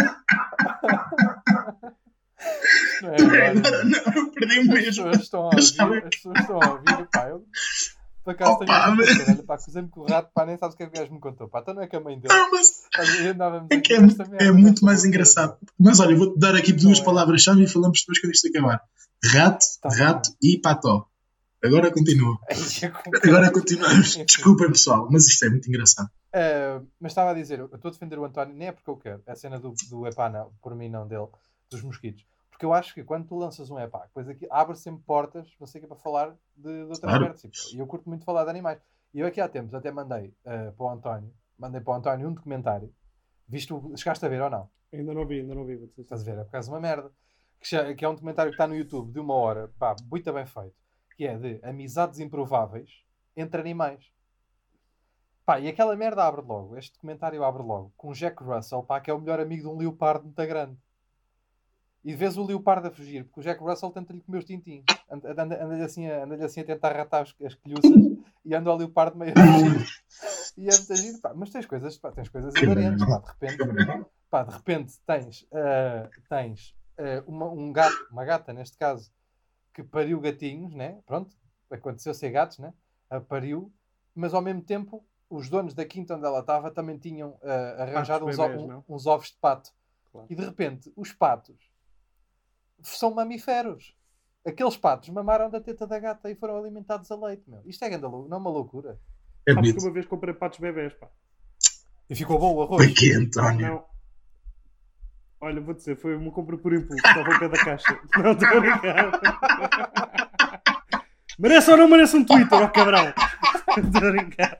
Não é verdade. Agora não, perdi-me As mesmo. pessoas estão a ouvir, pá. Eu, por acaso, tenho Opa, que mas- dizer, olha, pá, cruzei-me com o rato, pá, nem sabes o que é que o gajo me contou, pá, então não é que a mãe dele. Não, mas Olha, andávamos é aqui que nesta merda, é muito nesta mais loucura, engraçado. Mas olha, vou-te dar aqui duas Não é. palavras-chave e falamos depois quando isto acabar. Rato, Tá rato e pató. Agora continua. Ai, é como- Agora continuamos. Enfim. Desculpem, pessoal, mas isto é muito engraçado. Mas estava a dizer, eu estou a defender o António, nem é porque eu quero, é a cena do epá, não, por mim não dele, dos mosquitos. Porque eu acho que quando tu lanças um epá, depois aqui abre sempre portas, não sei o que, para falar de outras Claro. merdas. Tipo, e eu curto muito falar de animais. E eu aqui há tempos até mandei para o António um documentário. Chegaste a ver ou não? Ainda não vi, vou dizer. Estás a ver? É por causa de uma merda. Que é um documentário que está no YouTube de 1 hora, pá, muito bem feito. Que é de amizades improváveis entre animais. Pá, e aquela merda abre logo. Este documentário abre logo. Com o Jack Russell, pá, que é o melhor amigo de um leopardo muito grande. E vês o leopardo a fugir, porque o Jack Russell tenta-lhe comer os tintins. Anda-lhe assim, a tentar ratar as colhuças e anda o leopardo meio a fugir. E é muito giro, pá. Mas tens coisas hilariantes, pá. De repente tens uma gata, neste caso, que pariu gatinhos, né? Pronto, aconteceu ser gatos, né? Pariu, mas ao mesmo tempo os donos da quinta onde ela estava também tinham arranjado Patos bebés, não? uns ovos de pato. Claro. E de repente os patos são mamíferos. Aqueles patos mamaram da teta da gata e foram alimentados a leite, meu. Isto é não é uma loucura. É Sabes que bonito. uma vez comprei patos bebés, pá. E ficou bom o arroz. Foi que, António? Não. Olha, vou dizer, foi uma compra por impulso. Estava ao pé da caixa. Não, estou a brincar. Merece ou não merece um Twitter, ó cabrão? Estou a brincar.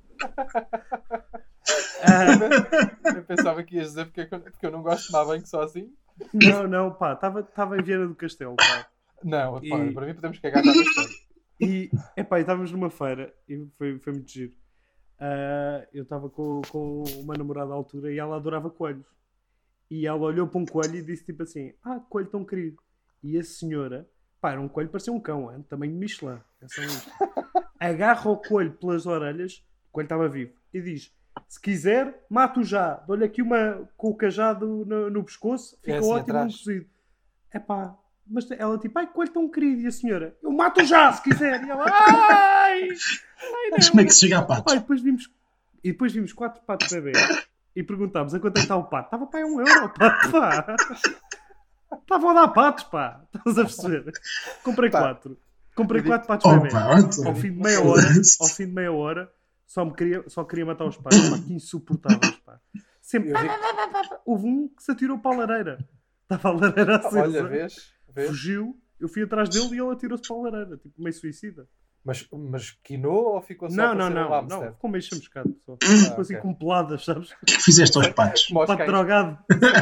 Eu pensava que ias dizer porque eu não gosto de tomar banho só assim. Não, pá. Estava em Viana do Castelo, pá. Não, pá, E- para mim podemos cagar já na história. E, epá, estávamos numa feira e foi muito giro. Eu estava com uma namorada à altura e ela adorava coelhos. E ela olhou para um coelho e disse tipo assim: ah, coelho tão querido. E a senhora, pá, era um coelho, parecia um cão, hein? Tamanho de Michelin. Atenção a isto. Agarra o coelho pelas orelhas, o coelho estava vivo, e diz: se quiser, mato já. Dou-lhe aqui uma com o cajado no pescoço, fica assim, ótimo atrás. cozido. Epá, mas ela tipo: ai, coelho tão querido. E a senhora: eu mato já, se quiser. E ela: ai Mas não. como é que se chega a patos? Pá, e depois vimos 4 patos bebês e perguntámos a quanto é que está o pato. Estava para €1 o pato, pá. Estavam a dar patos, pá. Estás a perceber? Comprei Pá. 4. Comprei Eu digo- 4 patos bebês. Opa, António. Ao fim de meia hora, só queria matar os patos, pá. Que insuportáveis, pá. Sempre. Eu digo- Houve um que se atirou para a lareira. Estava a lareira acesa. Olha, vês? Fugiu. Eu fui atrás dele e ele atirou-se para a lareira. Tipo, meio suicida. Mas quinou ou ficou só Não, para ser um não. hamster? Ficou meio chamuscado só. Ficou assim ok. com peladas, sabes? O que é que fizeste aos patos? Como aos Pato cães. drogado.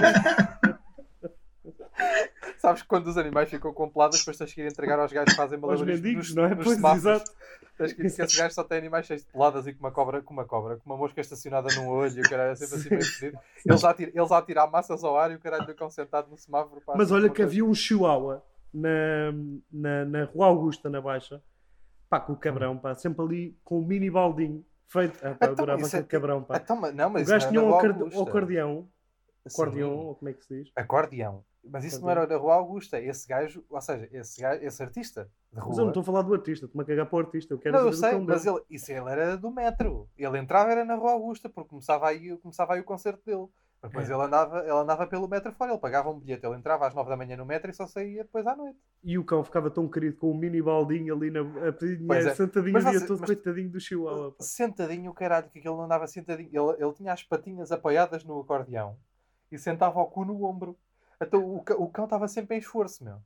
Sabes que quando os animais ficam com peladas, depois tens que ir entregar aos gajos que fazem Aos malabarismo mendigos, nos- não é? nos Pois, semáforos. exato. Tens que dizer que esse gajo só tem animais cheios de peladas e com uma mosca estacionada num olho e o caralho é sempre assim meio fedido. Eles a tirar massas ao ar e o caralho do cão sentado no semáforo. pá, Mas assim, olha uma que coisa. havia um chihuahua na Rua Augusta, na Baixa. Pá, com o cabrão, pá. Sempre ali com um mini baldinho feito. Pá, Então, adorava isso é aquele cabrão, pá. Então, não, O mas gajo isso tinha não um era na Rua Augusta. acordeão. Sim. Acordeão, ou como é que se diz? Acordeão. Mas isso não era da Rua Augusta. Esse gajo, ou seja, esse artista de rua. Mas eu não estou a falar do artista. Estou-me a cagar para o artista. Eu quero Não, eu saber sei, do cão mas dele. ele era do metro. Ele entrava era na Rua Augusta, porque começava aí o concerto dele. Depois ele andava pelo metro fora, ele pagava um bilhete, ele entrava às 9 da manhã no metro e só saía depois à noite. E o cão ficava tão querido com um mini baldinho ali a pedir dinheiro, sentadinho Mas o dia todo, coitadinho do chihuahua. Pá. Sentadinho, caralho, que ele não andava sentadinho. Ele tinha as patinhas apoiadas no acordeão e sentava o cu no ombro. Então o cão estava sempre em esforço, meu.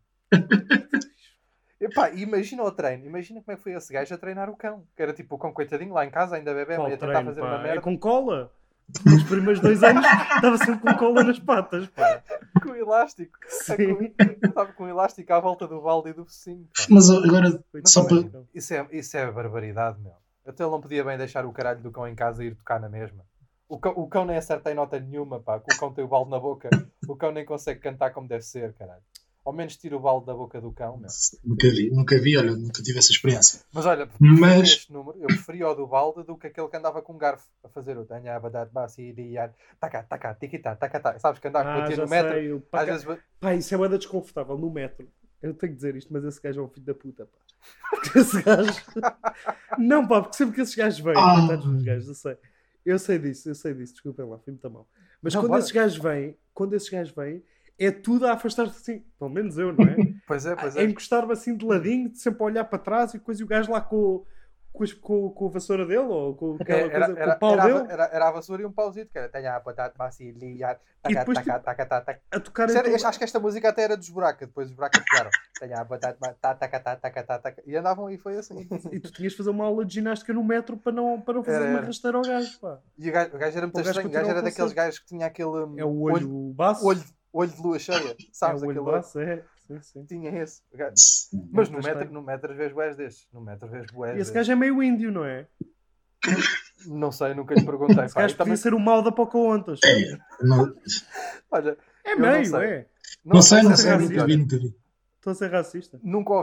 Epá, imagina o treino, imagina como é que foi esse gajo a treinar o cão. Que era tipo o cão coitadinho lá em casa, ainda bebê, Qual ia tentar treino, fazer pá? uma merda. É com cola. Nos primeiros 2 anos estava sempre com cola nas patas, pá. Com elástico. Sim. Estava com elástico à volta do balde e do focinho. Pá. Mas agora, só para. Isso é barbaridade, meu. Até ele não podia bem deixar o caralho do cão em casa e ir tocar na mesma. O cão nem acerta em nota nenhuma, pá. O cão tem o balde na boca. O cão nem consegue cantar como deve ser, caralho. Ao menos tira o balde da boca do cão, meu. Nunca vi, olha, nunca tive essa experiência. Mas olha, este número, eu preferia o do balde do que aquele que andava com um garfo a fazer o tanha, abadar, basi, diar, taca, taca, tiquita, taca, taca. Sabes que andava batia no metro. Sei, às vezes... Pá, isso é uma desconfortável no metro. Eu tenho que dizer isto, mas esse gajo é um filho da puta, pá. Porque esse gajo. Não, pá, porque sempre que esses gajos vêm, coitados dos gajos, eu sei. Eu sei disso, desculpem lá, fui muito mal. Mas não, quando esses gajos vêm, é tudo a afastar-se assim, pelo menos eu, não é? Pois é. É encostar-me assim de ladinho, sempre a olhar para trás e coisa, e o gajo lá com a vassoura dele, ou com aquela coisa, com o pau dele. Era a vassoura e um pauzito, que era tenha a batata, massa, liar, depois a tocar em acho que esta música até era dos Buraca, depois os Buraca pegaram. Tenha a batata, taca, e andavam e foi assim. E tu tinhas de fazer uma aula de ginástica no metro para não fazer uma rasteira ao gajo, pá. E o gajo era muito estranho, o gajo era daqueles gajos que tinha aquele... É o olho baço? Olho de lua cheia, sabes? É o olho baço, é. Sim. Tinha esse. Mas no metro vês bués destes. No metro vês bués. E esse gajo é meio índio, não é? Não sei, nunca lhe perguntei. Esse gajo podia ser o mal da Pocahontas. Olha, é meio, é. Não sei, nunca vi. Estou a ser racista. Nunca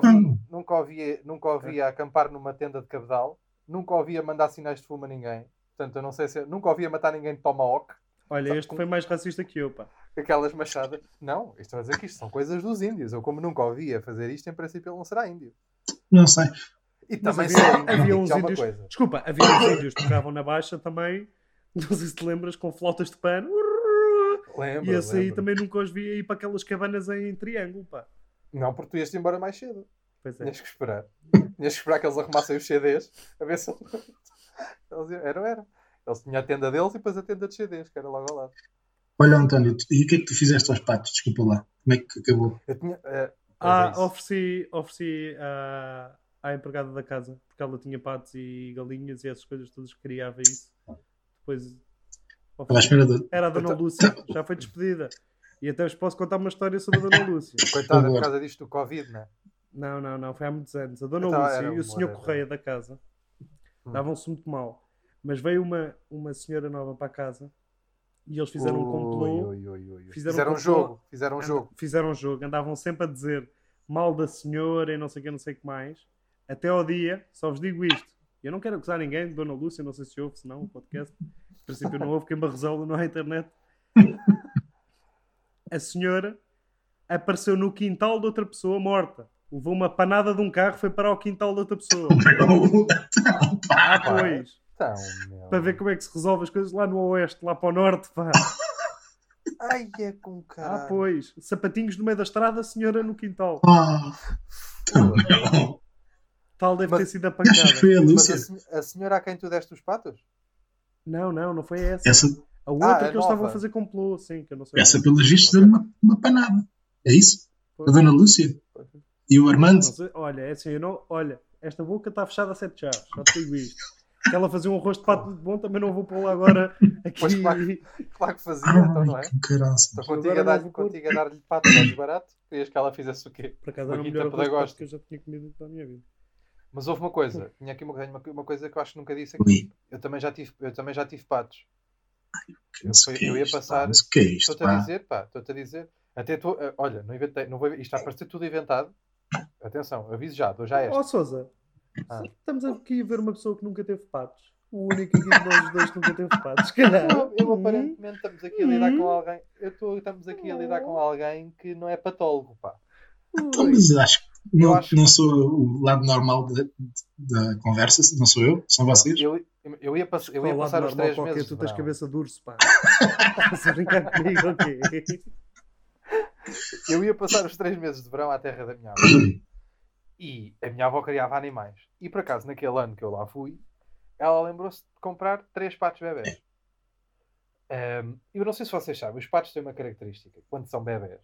ouvi a acampar numa tenda de cabedal. Nunca ouvi a mandar sinais de fumo a ninguém. Portanto, eu não sei se... Nunca ouvi a matar ninguém de tomahawk. Olha, este foi mais racista que eu, pá. Aquelas machadas. Não, isto vai dizer que isto são coisas dos índios. Eu, como nunca ouvi a fazer isto, em princípio ele não será índio. Não sei. E também havia uns índios. Desculpa, havia uns índios que tocavam na baixa também. Não sei se te lembras, com flautas de pano. Lembro. E esse aí também nunca os vi ir para aquelas cabanas em triângulo, pá. Não, porque tu ias-te embora mais cedo. Pois é. Tinhas que esperar. Tinhas que esperar que eles arrumassem os CDs a ver se era. Eles tinham a tenda deles e depois a tenda de CDs, que era logo ao lado. Olha, António, e o que é que tu fizeste aos patos? Desculpa lá. Como é que acabou? Eu tinha... ofereci à empregada da casa, porque ela tinha patos e galinhas e essas coisas todas que criava isso. Depois era a Dona Lúcia, já foi despedida. E até vos posso contar uma história sobre a Dona Lúcia. Coitada, por causa disto do Covid, não é? Não, foi há muitos anos. A Dona Lúcia e o Sr. Correia da casa davam-se muito mal. Mas veio uma senhora nova para a casa e eles fizeram um complô. Fizeram um jogo. Andavam sempre a dizer mal da senhora e não sei o que mais. Até ao dia, só vos digo isto. Eu não quero acusar ninguém de Dona Lúcia, não sei se ouve, se não, o podcast. Em princípio não houve quem me resolva, não há internet. A senhora apareceu no quintal de outra pessoa morta. Levou uma panada de um carro, foi para o quintal de outra pessoa. Pois. Então, para ver como é que se resolve as coisas lá no oeste, lá para o norte, pá. Ai, é com caralho. Pois. Sapatinhos no meio da estrada, a senhora no quintal. Tal deve ter sido apagada. Mas a senhora a quem tu deste os patos? Não foi essa. A outra que eles estavam a fazer complô, sim, que eu não sei. Essa, pelos vistos, deu-lhe uma panada. É isso? A Dona Lúcia? E o Armando? Olha, é assim, olha, esta boca está fechada a 7 chaves, só te digo isto. Que ela fazia um arroz de pato muito bom, também não vou pôr lá agora aqui. Pois claro que fazia, então não é? Estou contigo a dar-lhe pato mais barato. Querias que ela fizesse o quê? Por acaso era o melhor arroz que eu já tinha comido toda a minha vida. Mas houve uma coisa, tinha aqui uma coisa que eu acho que nunca disse aqui. Eu também já tive patos. Eu ia passar. Estou-te a dizer. Até olha, não inventei, isto está a parecer tudo inventado. Atenção, aviso já, dou já esta. Sousa, estamos aqui a ver uma pessoa que nunca teve patos. O único aqui de nós dois que nunca teve patos. Eu aparentemente estamos aqui a lidar com alguém. Estamos aqui a lidar com alguém que não é patólogo, pá. Mas acho que Não sou o lado normal da conversa, não sou eu, são vocês. Eu ia passar os 3 meses. Tu tens cabeça de urso, pá. Estás a brincar comigo, ok? Eu ia passar os 3 meses de verão à terra da minha avó. E a minha avó criava animais. E por acaso, naquele ano que eu lá fui, ela lembrou-se de comprar 3 patos bebés. Eu não sei se vocês sabem, os patos têm uma característica. Quando são bebés,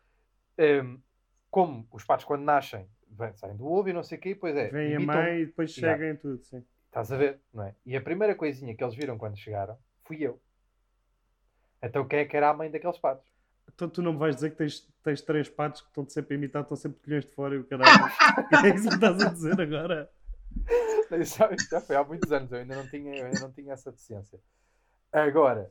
como os patos quando nascem, saem do ovo e não sei o quê, pois é. Vem a mãe e depois chegam em tudo, sim. Estás a ver, não é? E a primeira coisinha que eles viram quando chegaram fui eu. Então quem é que era a mãe daqueles patos? Então tu não me vais dizer que tens 3 patos que estão sempre a imitar, estão sempre colhões de fora e o caralho. O que é que tu estás a dizer agora? Isso já foi há muitos anos, eu ainda não tinha essa deficiência. Agora,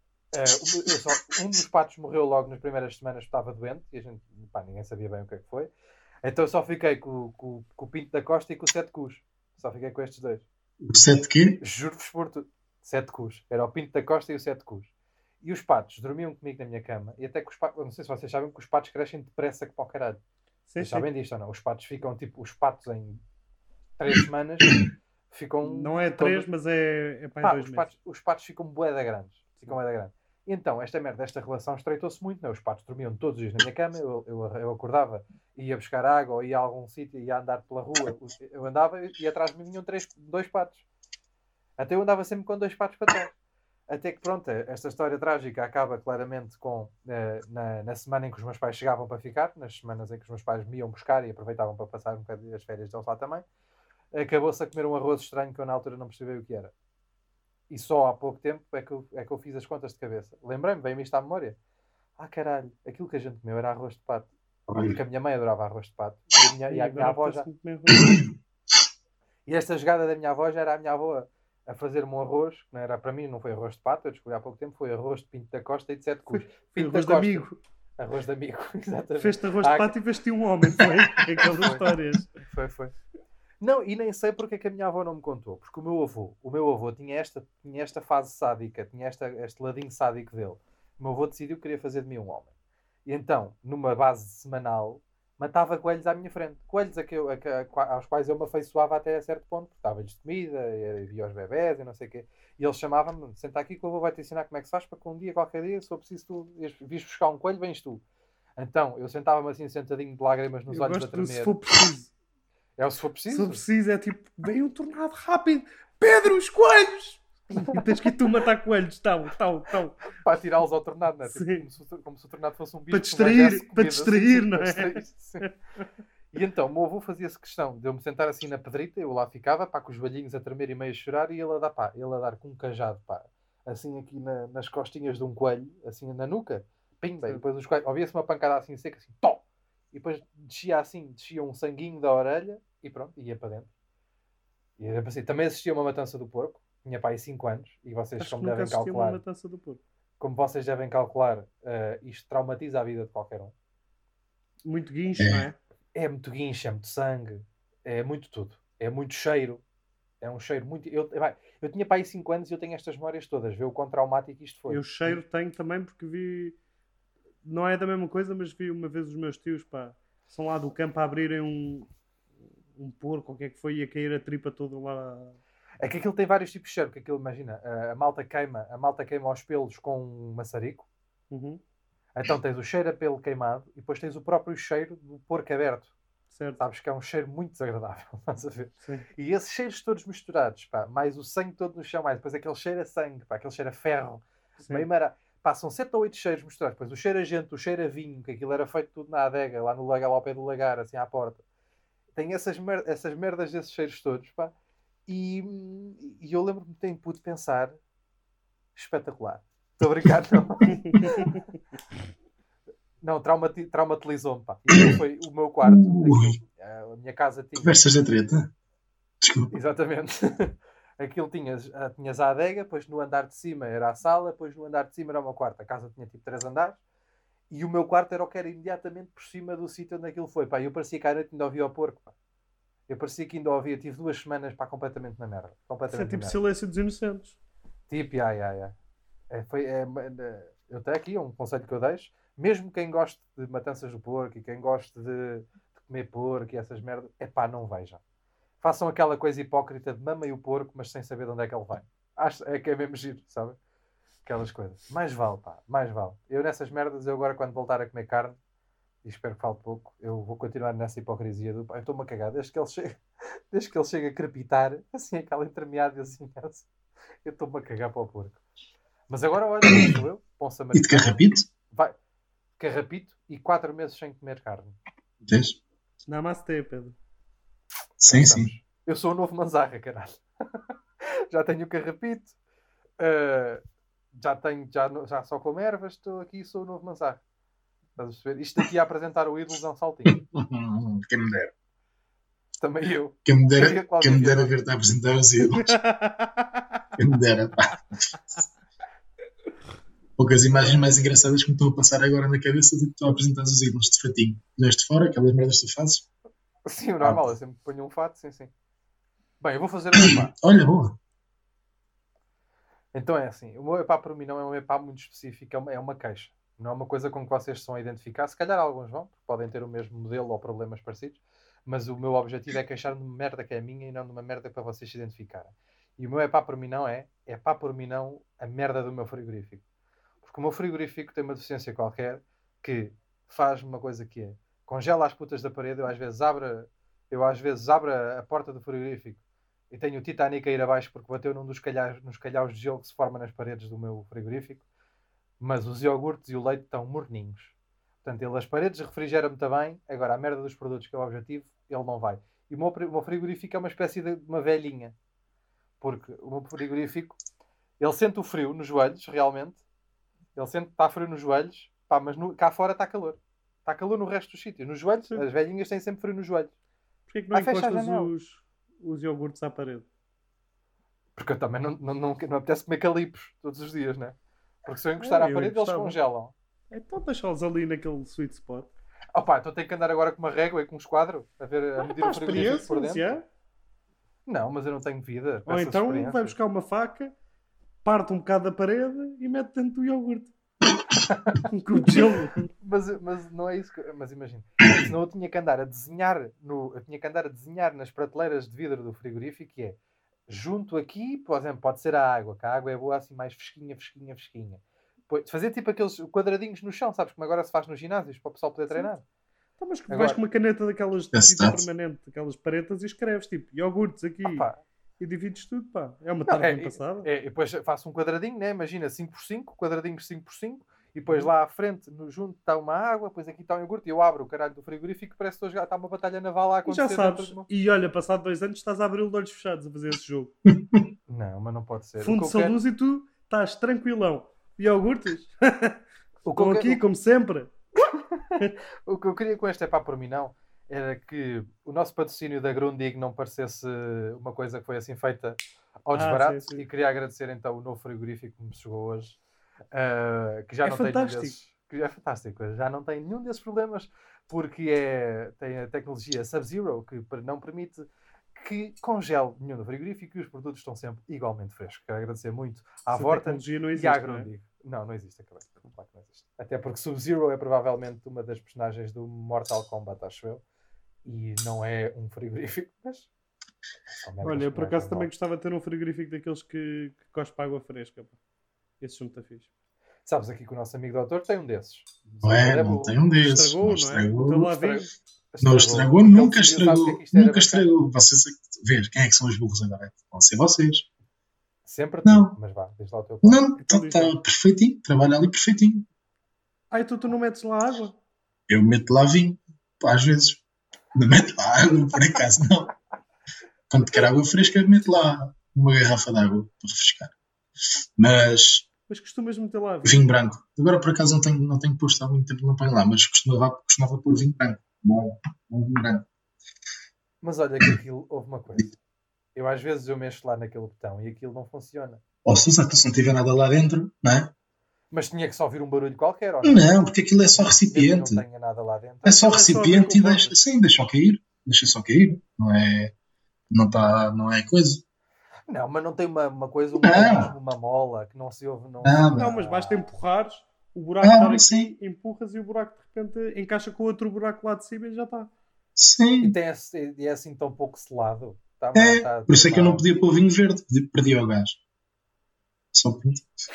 um dos patos morreu logo nas primeiras semanas, estava doente e a gente, ninguém sabia bem o que é que foi. Então eu só fiquei com o Pinto da Costa e com o Sete Cus. Só fiquei com estes dois. O Sete quê? Juro-vos por tudo. Sete Cus. Era o Pinto da Costa e o Sete Cus. E os patos dormiam comigo na minha cama. E até que os patos, não sei se vocês sabem que os patos crescem depressa que para o caralho. Vocês sabem disto ou não? Os patos ficam tipo, os patos em 3 semanas ficam. Não é 3, mas é para 2 meses. Os patos ficam bué da grandes. E então, esta relação estreitou-se muito, não? Os patos dormiam todos os dias na minha cama, eu acordava, ia buscar água, ou ia a algum sítio, ia andar pela rua, eu andava e atrás de mim vinham 2 patos. Até eu andava sempre com 2 patos para trás. Até que, pronto, esta história trágica acaba claramente com na semana em que os meus pais chegavam para ficar, nas semanas em que os meus pais me iam buscar e aproveitavam para passar um bocadinho as férias deles lá também. Acabou-se a comer um arroz estranho que eu na altura não percebi o que era. E só há pouco tempo é que eu fiz as contas de cabeça. Lembrei-me, veio-me isto à memória. Caralho, aquilo que a gente comeu era arroz de pato. Porque a minha mãe adorava arroz de pato. E a minha avó já... E esta jogada da minha avó já era a minha avó a fazer-me um arroz, que não era para mim, não foi arroz de pato, eu descobri há pouco tempo, foi arroz de Pinto da Costa e de Sete Cus. Arroz de amigo. Arroz de amigo, exatamente. Fez-te arroz de pato e fez-te um homem, foi? Aquelas histórias. Foi. Não, e nem sei porque é que a minha avó não me contou. Porque o meu avô tinha esta fase sádica, tinha este ladinho sádico dele. O meu avô decidiu que queria fazer de mim um homem. E então, numa base semanal, matava coelhos à minha frente. Coelhos aos quais eu me afeiçoava até a certo ponto, porque dava-lhes de comida, via os bebés e não sei o quê. E ele chamava-me, senta aqui que o avô vai te ensinar como é que se faz para que um dia, qualquer dia, se for preciso tu vis buscar um coelho, vens tu. Então, eu sentava-me assim, sentadinho de lágrimas nos olhos a tremer. Se for preciso. Se for preciso. Se for preciso, é tipo, vem um tornado rápido. Pedro, os coelhos! E tens que ir tu matar coelhos. Tal. Para tirá-los ao tornado, não é? Tipo, como se o tornado fosse um bicho. Para distrair, não é? E então, o meu avô fazia-se questão de eu me sentar assim na pedrita, eu lá ficava, com os velhinhos a tremer e meio a chorar, e ele a dar com um cajado, assim aqui nas costinhas de um coelho, assim na nuca, pimba, e depois os coelhos, ouvia-se uma pancada assim seca, assim, pó! E depois descia um sanguinho da orelha, e pronto, ia para dentro. E assim, também assistia a uma matança do porco, tinha pai 5 anos, e vocês Acho como que devem calcular, uma matança do porco. como vocês devem calcular, isto traumatiza a vida de qualquer um. Muito guincho, não é? É muito guincho, é muito sangue, é muito tudo, é muito cheiro, é um cheiro muito... Eu tinha pai 5 anos e eu tenho estas memórias todas, vê o quão traumático isto foi. Eu cheiro tenho também porque vi, não é da mesma coisa, mas vi uma vez os meus tios, são lá do campo a abrirem um porco, o que é que foi, e a cair a tripa toda lá. É que aquilo tem vários tipos de cheiro, que aquilo, imagina, a malta queima aos pelos com um maçarico. Uhum. Então tens o cheiro a pelo queimado e depois tens o próprio cheiro do porco aberto. Certo. Sabes que é um cheiro muito desagradável, estás a ver? Sim. E esses cheiros todos misturados, mais o sangue todo no chão, mais depois aquele cheiro a sangue, aquele cheiro a ferro, meio são 7 ou 8 cheiros misturados. Depois o cheiro a gente, o cheiro a vinho, que aquilo era feito tudo na adega, lá no lagar, lá ao pé do lagar, assim à porta. Tem essas merdas desses cheiros todos, E eu lembro-me de ter pude pensar espetacular. Estou a brincar, não. Não, traumatizou-me, E foi o meu quarto. A minha casa tinha... Conversas da treta? Desculpa. Exatamente. Aquilo tinhas a adega, depois no andar de cima era a sala, depois no andar de cima era o meu quarto. A casa tinha tipo 3 andares. E o meu quarto era o que era imediatamente por cima do sítio onde aquilo foi. Eu parecia que à noite ainda ouvia o porco. Eu parecia que ainda ouvia. Tive 2 semanas completamente na merda. Isso é tipo Silêncio dos Inocentes. Tipo, eu tenho aqui um conselho que eu deixo. Mesmo quem goste de matanças do porco e quem goste de comer porco e essas merdas, não vejam. Façam aquela coisa hipócrita de mamem o porco, mas sem saber de onde é que ele vem. Acho é que é mesmo giro, sabe? Aquelas coisas. Mais vale, pá, mais vale. Eu nessas merdas, eu agora quando voltar a comer carne, e espero que falte pouco, eu vou continuar nessa hipocrisia do pá, eu estou-me a cagar, desde que ele chega a crepitar, assim, aquela intermeada assim, eu estou-me a cagar para o porco. Mas agora, olha, sou eu, bom E de samaritano. carrapito? Vai, carrapito e 4 meses sem comer carne. Vês? Namastê, Pedro. Sim, Estamos. sim. Eu sou o novo Manzarra, caralho. Já tenho o carrapito, já só como ervas, estou aqui e sou o novo Manzarra. Estás a perceber? Isto aqui a apresentar o ídolo é um saltinho. Quem me dera. Também eu. Quem me Queria dera, Cláudio quem me dera Vieira. ver-te a apresentar os ídolos. Quem me dera, pá. Poucas imagens mais engraçadas que me estão a passar agora na cabeça do que tu a apresentar os ídolos de fatinho. Neste fora, aquelas merdas que tu fazes. Sim, o normal, eu sempre ponho um fato, sim. Bem, eu vou fazer um epá. Olha, boa. Então é assim, o meu epá para mim não é um epá muito específico, é uma queixa. Não é uma coisa com que vocês estão a identificar. Se calhar alguns vão, porque podem ter o mesmo modelo ou problemas parecidos, mas o meu objetivo é queixar-me de uma merda que é minha e não de uma merda para vocês se identificarem. E o meu epá por mim não é epá por mim não a merda do meu frigorífico. Porque o meu frigorífico tem uma deficiência qualquer que faz uma coisa que é congela as putas da parede. Eu às vezes abro a porta do frigorífico e tenho o Titanic a ir abaixo porque bateu nos calhaus de gelo que se forma nas paredes do meu frigorífico, mas os iogurtes e o leite estão morninhos. Portanto, as paredes refrigeram muito bem, agora a merda dos produtos que é o objetivo, ele não vai. E o meu frigorífico é uma espécie de uma velhinha, porque o meu frigorífico, ele sente o frio nos joelhos, realmente. Ele sente que está frio nos joelhos, pá, mas cá fora está calor. Está calor no resto dos sítios. Nos joelhos, Sim. as velhinhas têm sempre frio nos joelhos. Porquê que não Fecha a encostas janela. os iogurtes à parede? Porque eu também não apetece comer calipos todos os dias, né? Porque se eu encostar à eu parede, eles encostava. congelam. Então deixá-los ali naquele sweet spot. Opa, então tenho que andar agora com uma régua e com um esquadro a medir Pá, o frigorífico por experiências, dentro. já. Não, mas eu não tenho vida. com Ou essas então experiências. vai buscar uma faca, parte um bocado da parede e mete dentro do iogurte. Com o gelo. Mas não é isso que... Mas imagina. Senão eu tinha que andar a desenhar nas prateleiras de vidro do frigorífico, que é junto aqui, por exemplo, pode ser a água, que a água é boa assim mais fresquinha. Fazer tipo aqueles quadradinhos no chão, sabes? Como agora se faz nos ginásios, para o pessoal poder treinar. Então, mas Agora- vais com uma caneta daquelas de Esse fita está-se. permanente, aquelas paretas, e escreves tipo iogurtes aqui Opa, e divides tudo, pá. É uma não, tarde bem passada. e depois faço um quadradinho, né? Imagina 5x5, quadradinhos 5x5, e depois lá à frente, junto, está uma água, depois aqui está um iogurte, e eu abro o caralho do frigorífico, parece que está uma batalha naval a E acontecer. já dentro sabes. de uma- E olha, passado 2 anos estás a abrir de olhos fechados a fazer esse jogo. Não, mas não pode ser. Fundo-se a luz e tu estás tranquilão. Iogurtes? O que Estão eu aqui, quero- como sempre. O que eu queria com este epá por mim não era que o nosso patrocínio da Grundig não parecesse uma coisa que foi assim feita ao desbarato, sim. e queria agradecer então o novo frigorífico que me chegou hoje, que já É não tem nenhum fantástico. desses, que é fantástico, já não tem nenhum desses problemas, porque tem a tecnologia Sub-Zero que não permite que congele nenhum do frigorífico e os produtos estão sempre igualmente frescos. Quero agradecer muito à Essa Vorten tecnologia não e existe, à não é? Grundig. Não existe, acabei. Claro que não existe. Até porque Sub-Zero é provavelmente uma das personagens do Mortal Kombat, acho eu. E não é um frigorífico, mas... são merdas Olha, eu que por não é acaso tão também mal. gostava de ter um frigorífico daqueles que cospe água fresca. Pá. Esses são muito fixe. Sabes aqui que o nosso amigo doutor tem um desses. Não é? Ele Não burro. tem um desses. Estragou, Não não é? O teu estragou. lá vem. Não estragou, Porque nunca ele decidiu, sabe o que é estragou. que isto era Nunca bacana? estragou. Vocês é que ver quem é que são os burros agora? Vão ser vocês. Sempre Não. tu, mas vá, diz lá o teu ponto. Não, Então diz está lá. perfeitinho. Trabalha ali perfeitinho. Ah, então tu não metes lá água? Eu meto lá vinho, pá, às vezes. Não meto lá água, por acaso, não. Quando quer água fresca, meto lá uma garrafa de água para refrescar. Mas Mas costumas meter lá vinho branco. Agora, por acaso, não tenho posto há muito tempo, não ponho lá, mas costumava pôr vinho branco. Bom vinho branco. Mas olha que aquilo, houve uma coisa. Eu às vezes eu mexo lá naquele botão e aquilo não funciona. Ou se não tiver nada lá dentro, não é? Mas tinha que só ouvir um barulho qualquer, ou não? Não, porque aquilo é só Mesmo que recipiente. não tenha nada lá dentro. É só Aquilo é só recipiente e abrir deixa, sim, deixa cair. Deixa só cair. Não é coisa. Não, mas não tem uma coisa, um Não. mecanismo, uma mola que não se ouve. Nada. Não, mas basta empurrares, o buraco Ah, estar aqui, sim. empurras e o buraco de repente encaixa com o outro buraco lá de cima e já está. Sim. E é assim tão pouco selado. Por isso é que eu não podia pôr vinho verde, perdi o gás. Só por...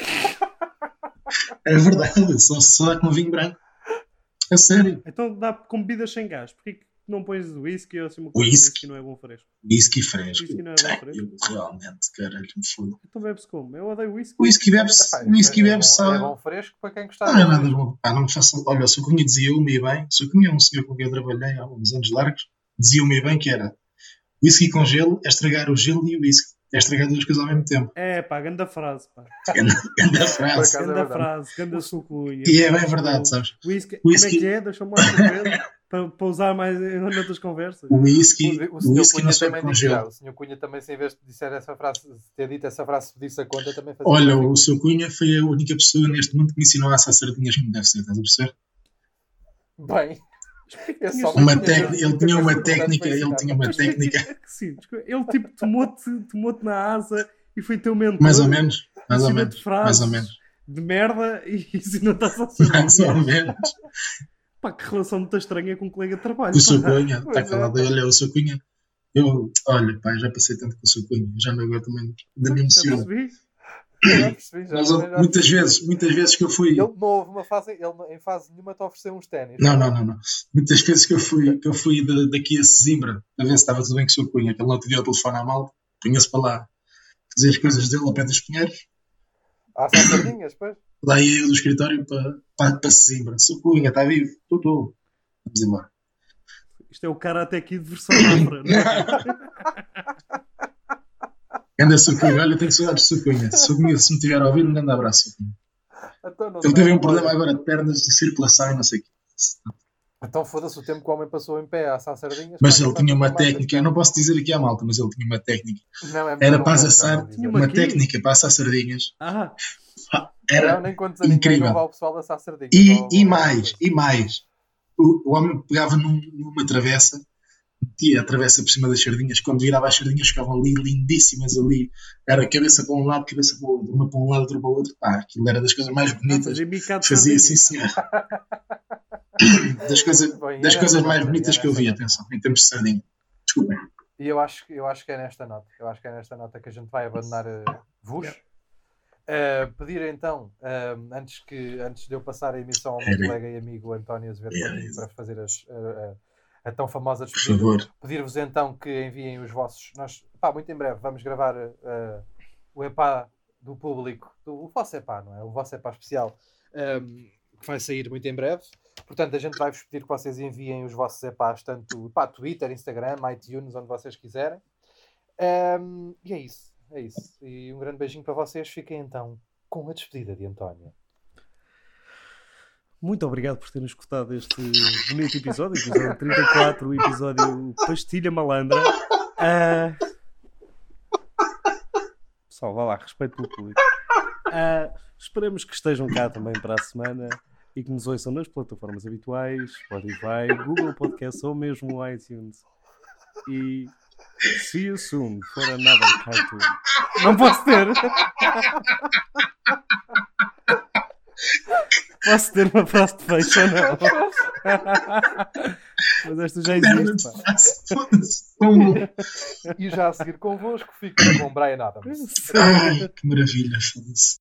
É verdade, só dá com vinho branco. É sério. Então dá com bebidas sem gás. Porquê que não pões whisky ou assim uma coisa? Whisky Não é bom fresco. Whisky fresco. Whisky não é bom fresco. Eu realmente, caralho, me foda. Então bebe-se como? Eu odeio whisky. Whisky bebe só. É bom fresco para quem gostar. Não é nada bom. Não me faça. Olha, o Sr. Cunha dizia-me bem. O Sr. Cunha é um senhor com quem eu trabalhei há uns anos largos. Dizia-me bem que era whisky com gelo é estragar o gelo e o whisky. É estragar duas coisas ao mesmo tempo. É pá, grande frase, pá. Grande frase. Grande frase, grande sucunha. E é bem verdade, sabes? Whisky. Como é que é? Deixa-me mais para usar mais em outras conversas. O whisky não se bebe com gelo. O Sr. Cunha também, se em vez de disser essa frase, ter dito essa frase, se pedisse a conta, também fazia. Olha, o Sr. Cunha foi a única pessoa neste mundo que me ensinou a assar sardinhas como deve ser, estás a perceber? Bem... Ele tinha uma técnica. Sim, ele tipo tomou-te na asa e foi teu mentor. Mais ou menos. De merda e ensinou-te a assar. Mais ou menos. Pá, que relação muito estranha com um colega de trabalho. O Sr. Cunha, está calado. Olha, o Sr. Cunha. Olha, pá, já passei tanto com o Sr. Cunha. Já não agora também me emociono. Mas muitas vezes que eu fui. Ele não houve em fase nenhuma te ofereceu uns ténis. Não. Muitas vezes que eu fui daqui a Sesimbra a ver se estava tudo bem com o Sr. Cunha, que ele não te deu o telefone à malta, punha-se para lá fazer as coisas dele ao pé dos pinheiros. Só sardinhas, pois. Lá ia eu do escritório para Sesimbra. Sr. Cunha, está vivo? Estou. Vamos embora. Isto é o cara até aqui de versão afra, não é? Anda Sr. Cunha, olha, tenho saudades de Sr. Cunha. Sr. Cunha, se me tiver a ouvir, um grande abraço. Então, ele teve um problema agora de pernas, de circulação e não sei o quê. Então foda-se o tempo que o homem passou em pé a assar sardinhas. Mas ele tinha uma técnica, eu não posso dizer aqui à malta, mas ele tinha uma técnica. Era para assar, uma técnica para assar sardinhas. Era incrível. Não vai o pessoal assar sardinhas. E mais. O homem pegava numa travessa, metia a travessa por cima das sardinhas, quando virava as sardinhas ficavam ali lindíssimas ali, era cabeça para um lado, cabeça para o outro, uma para um lado, outra para o outro, pá, aquilo era das coisas mais bonitas, fazia assim senhor. das coisas mais bonitas que eu vi, atenção, em termos de sardinha. Desculpem. E eu acho que é nesta nota que a gente vai abandonar vos. Pedir então, antes de eu passar a emissão ao meu colega e amigo António Azevedo para fazer a tão famosa despedida, pedir-vos então que enviem os vossos. Nós, muito em breve, vamos gravar o EPA do público, o vosso EPA, não é? O vosso EPA especial, que vai sair muito em breve. Portanto, a gente vai-vos pedir que vocês enviem os vossos EPAs, tanto Twitter, Instagram, iTunes, onde vocês quiserem. E é isso. E um grande beijinho para vocês. Fiquem então com a despedida de António. Muito obrigado por terem escutado este bonito episódio 34, o episódio Pastilha Malandra. Pessoal, vá lá, respeito pelo público. Esperemos que estejam cá também para a semana e que nos ouçam nas plataformas habituais, Spotify, Google Podcasts ou mesmo o iTunes. E see you soon for another cartoon. Não posso ter! Posso ter uma frase de fecho ou não? Mas esta já existe, pá. E já a seguir convosco fica com Brian Adams. Ai, que maravilha, foda-se.